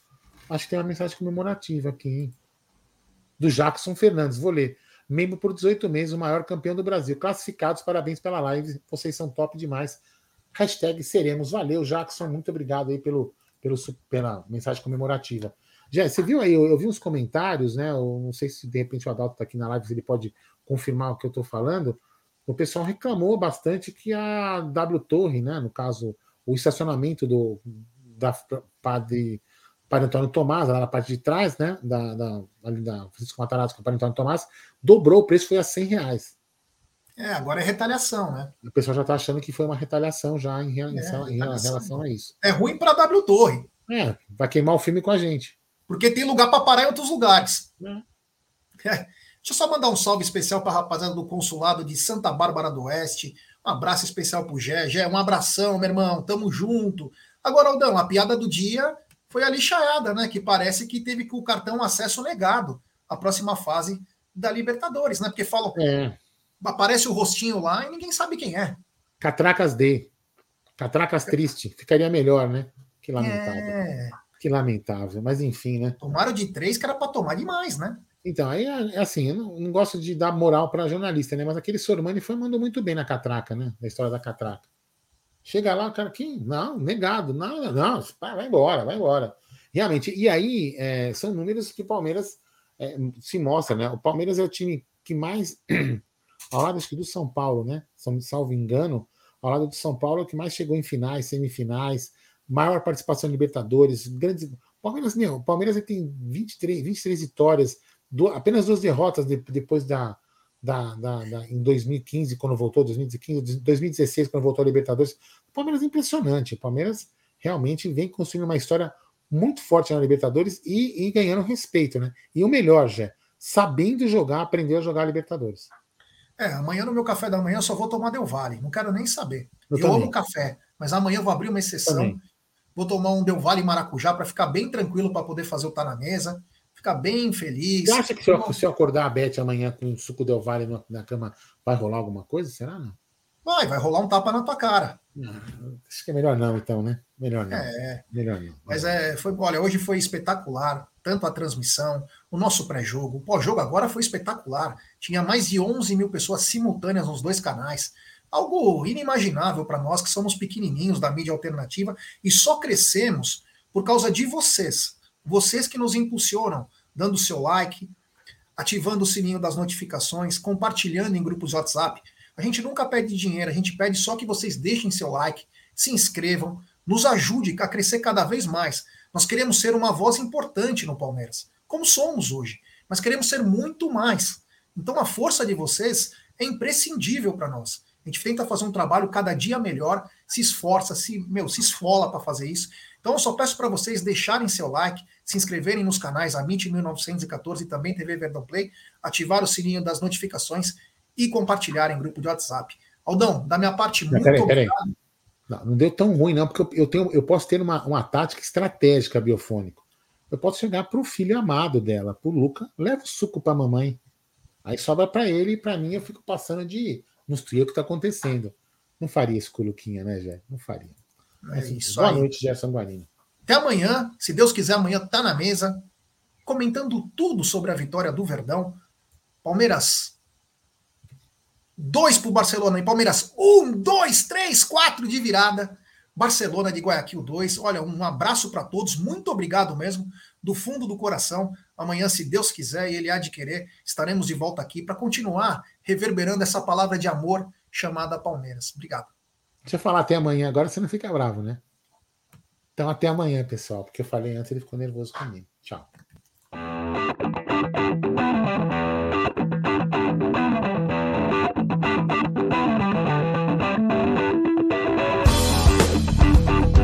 Acho que tem uma mensagem comemorativa aqui, hein? Do Jackson Fernandes, vou ler. Membro por 18 meses, o maior campeão do Brasil. Classificados, parabéns pela live. Vocês são top demais. Hashtag seremos. Valeu, Jackson. Muito obrigado aí pela mensagem comemorativa. Já, você viu aí, eu vi uns comentários, né? Eu não sei se de repente o Adalto está aqui na live, se ele pode confirmar o que eu estou falando. O pessoal reclamou bastante que a W Torre, né? No caso, o estacionamento da Padre Antônio Tomás, lá na parte de trás, né? Ali da Francisco Matarazzo com o Padre Antônio Tomás, dobrou o preço, foi a R$100. Agora é retaliação, né? O pessoal já está achando que foi uma retaliação já em relação a isso. É ruim para a W Torre. Vai queimar o filme com a gente. Porque tem lugar para parar em outros lugares. Deixa eu só mandar um salve especial para a rapaziada do consulado de Santa Bárbara do Oeste. Um abraço especial pro Gé. Gé, um abração, meu irmão. Tamo junto. Agora, Aldão, a piada do dia foi a lixaiada, né? Que parece que teve com o cartão acesso negado à próxima fase da Libertadores, né? Porque falam, aparece o rostinho lá e ninguém sabe quem é. Catracas D. Catracas triste. Ficaria melhor, né? Que lamentável. Que lamentável. Mas enfim, né? Tomaram de 3 que era para tomar demais, né? Então, aí é assim, eu não gosto de dar moral para jornalista, né? Mas aquele Sormani mandou muito bem na catraca, né? Na história da catraca. Chega lá, o cara, não, negado, não, vai embora. Realmente, e aí são números que o Palmeiras se mostra, né? O Palmeiras é o time que mais, ao lado do São Paulo, né? Salvo engano, ao lado do São Paulo é o que mais chegou em finais, semifinais, maior participação em Libertadores, grandes. O Palmeiras tem 23 vitórias, apenas 2 derrotas depois em 2015, quando voltou, 2016, quando voltou a Libertadores. O Palmeiras é impressionante. O Palmeiras realmente vem construindo uma história muito forte na Libertadores e ganhando respeito, né? E o melhor, já, sabendo jogar, aprender a jogar a Libertadores. Amanhã no meu café da manhã eu só vou tomar Del Valle, não quero nem saber. Eu amo café, mas amanhã eu vou abrir uma exceção, vou tomar um Del Valle Maracujá para ficar bem tranquilo para poder fazer o Tá na Mesa, ficar bem feliz. Você acha que se eu acordar a Beth amanhã com um suco Del Valle na cama, vai rolar alguma coisa? Será, não? Vai rolar um tapa na tua cara. Acho que é melhor não, então, né? Melhor não. Melhor não. Mas olha, hoje foi espetacular, tanto a transmissão, o nosso pré-jogo, o pós-jogo agora foi espetacular. Tinha mais de 11 mil pessoas simultâneas nos 2 canais. Algo inimaginável para nós que somos pequenininhos da mídia alternativa e só crescemos por causa de vocês. Vocês que nos impulsionam, dando seu like, ativando o sininho das notificações, compartilhando em grupos de WhatsApp. A gente nunca pede dinheiro, a gente pede só que vocês deixem seu like, se inscrevam, nos ajude a crescer cada vez mais. Nós queremos ser uma voz importante no Palmeiras, como somos hoje, mas queremos ser muito mais. Então a força de vocês é imprescindível para nós. A gente tenta fazer um trabalho cada dia melhor, se esforça, se esfola para fazer isso. Então eu só peço para vocês deixarem seu like, se inscreverem nos canais Amit 1914 e também TV Verdão Play, ativar o sininho das notificações e compartilhar em grupo de WhatsApp. Aldão, da minha parte, muito obrigado. Não deu tão ruim, não, porque eu posso ter uma tática estratégica biofônico. Eu posso chegar pro filho amado dela, pro Luca, leva o suco pra mamãe. Aí sobra para ele e para mim eu fico passando de não sei o que está acontecendo. Não faria isso com o Luquinha, né, Jé? Não faria. Boa noite, Gerson Guarino. Até amanhã, se Deus quiser, amanhã tá na mesa, comentando tudo sobre a vitória do Verdão. Palmeiras 2 pro Barcelona, e Palmeiras 1, 2, 3, 4 de virada. Barcelona de Guayaquil 2. Olha, um abraço para todos, muito obrigado mesmo, do fundo do coração. Amanhã, se Deus quiser e Ele há de querer, estaremos de volta aqui para continuar reverberando essa palavra de amor chamada Palmeiras. Obrigado. Deixa eu falar até amanhã, agora você não fica bravo, né? Então até amanhã, pessoal, porque eu falei antes, ele ficou nervoso comigo. Tchau.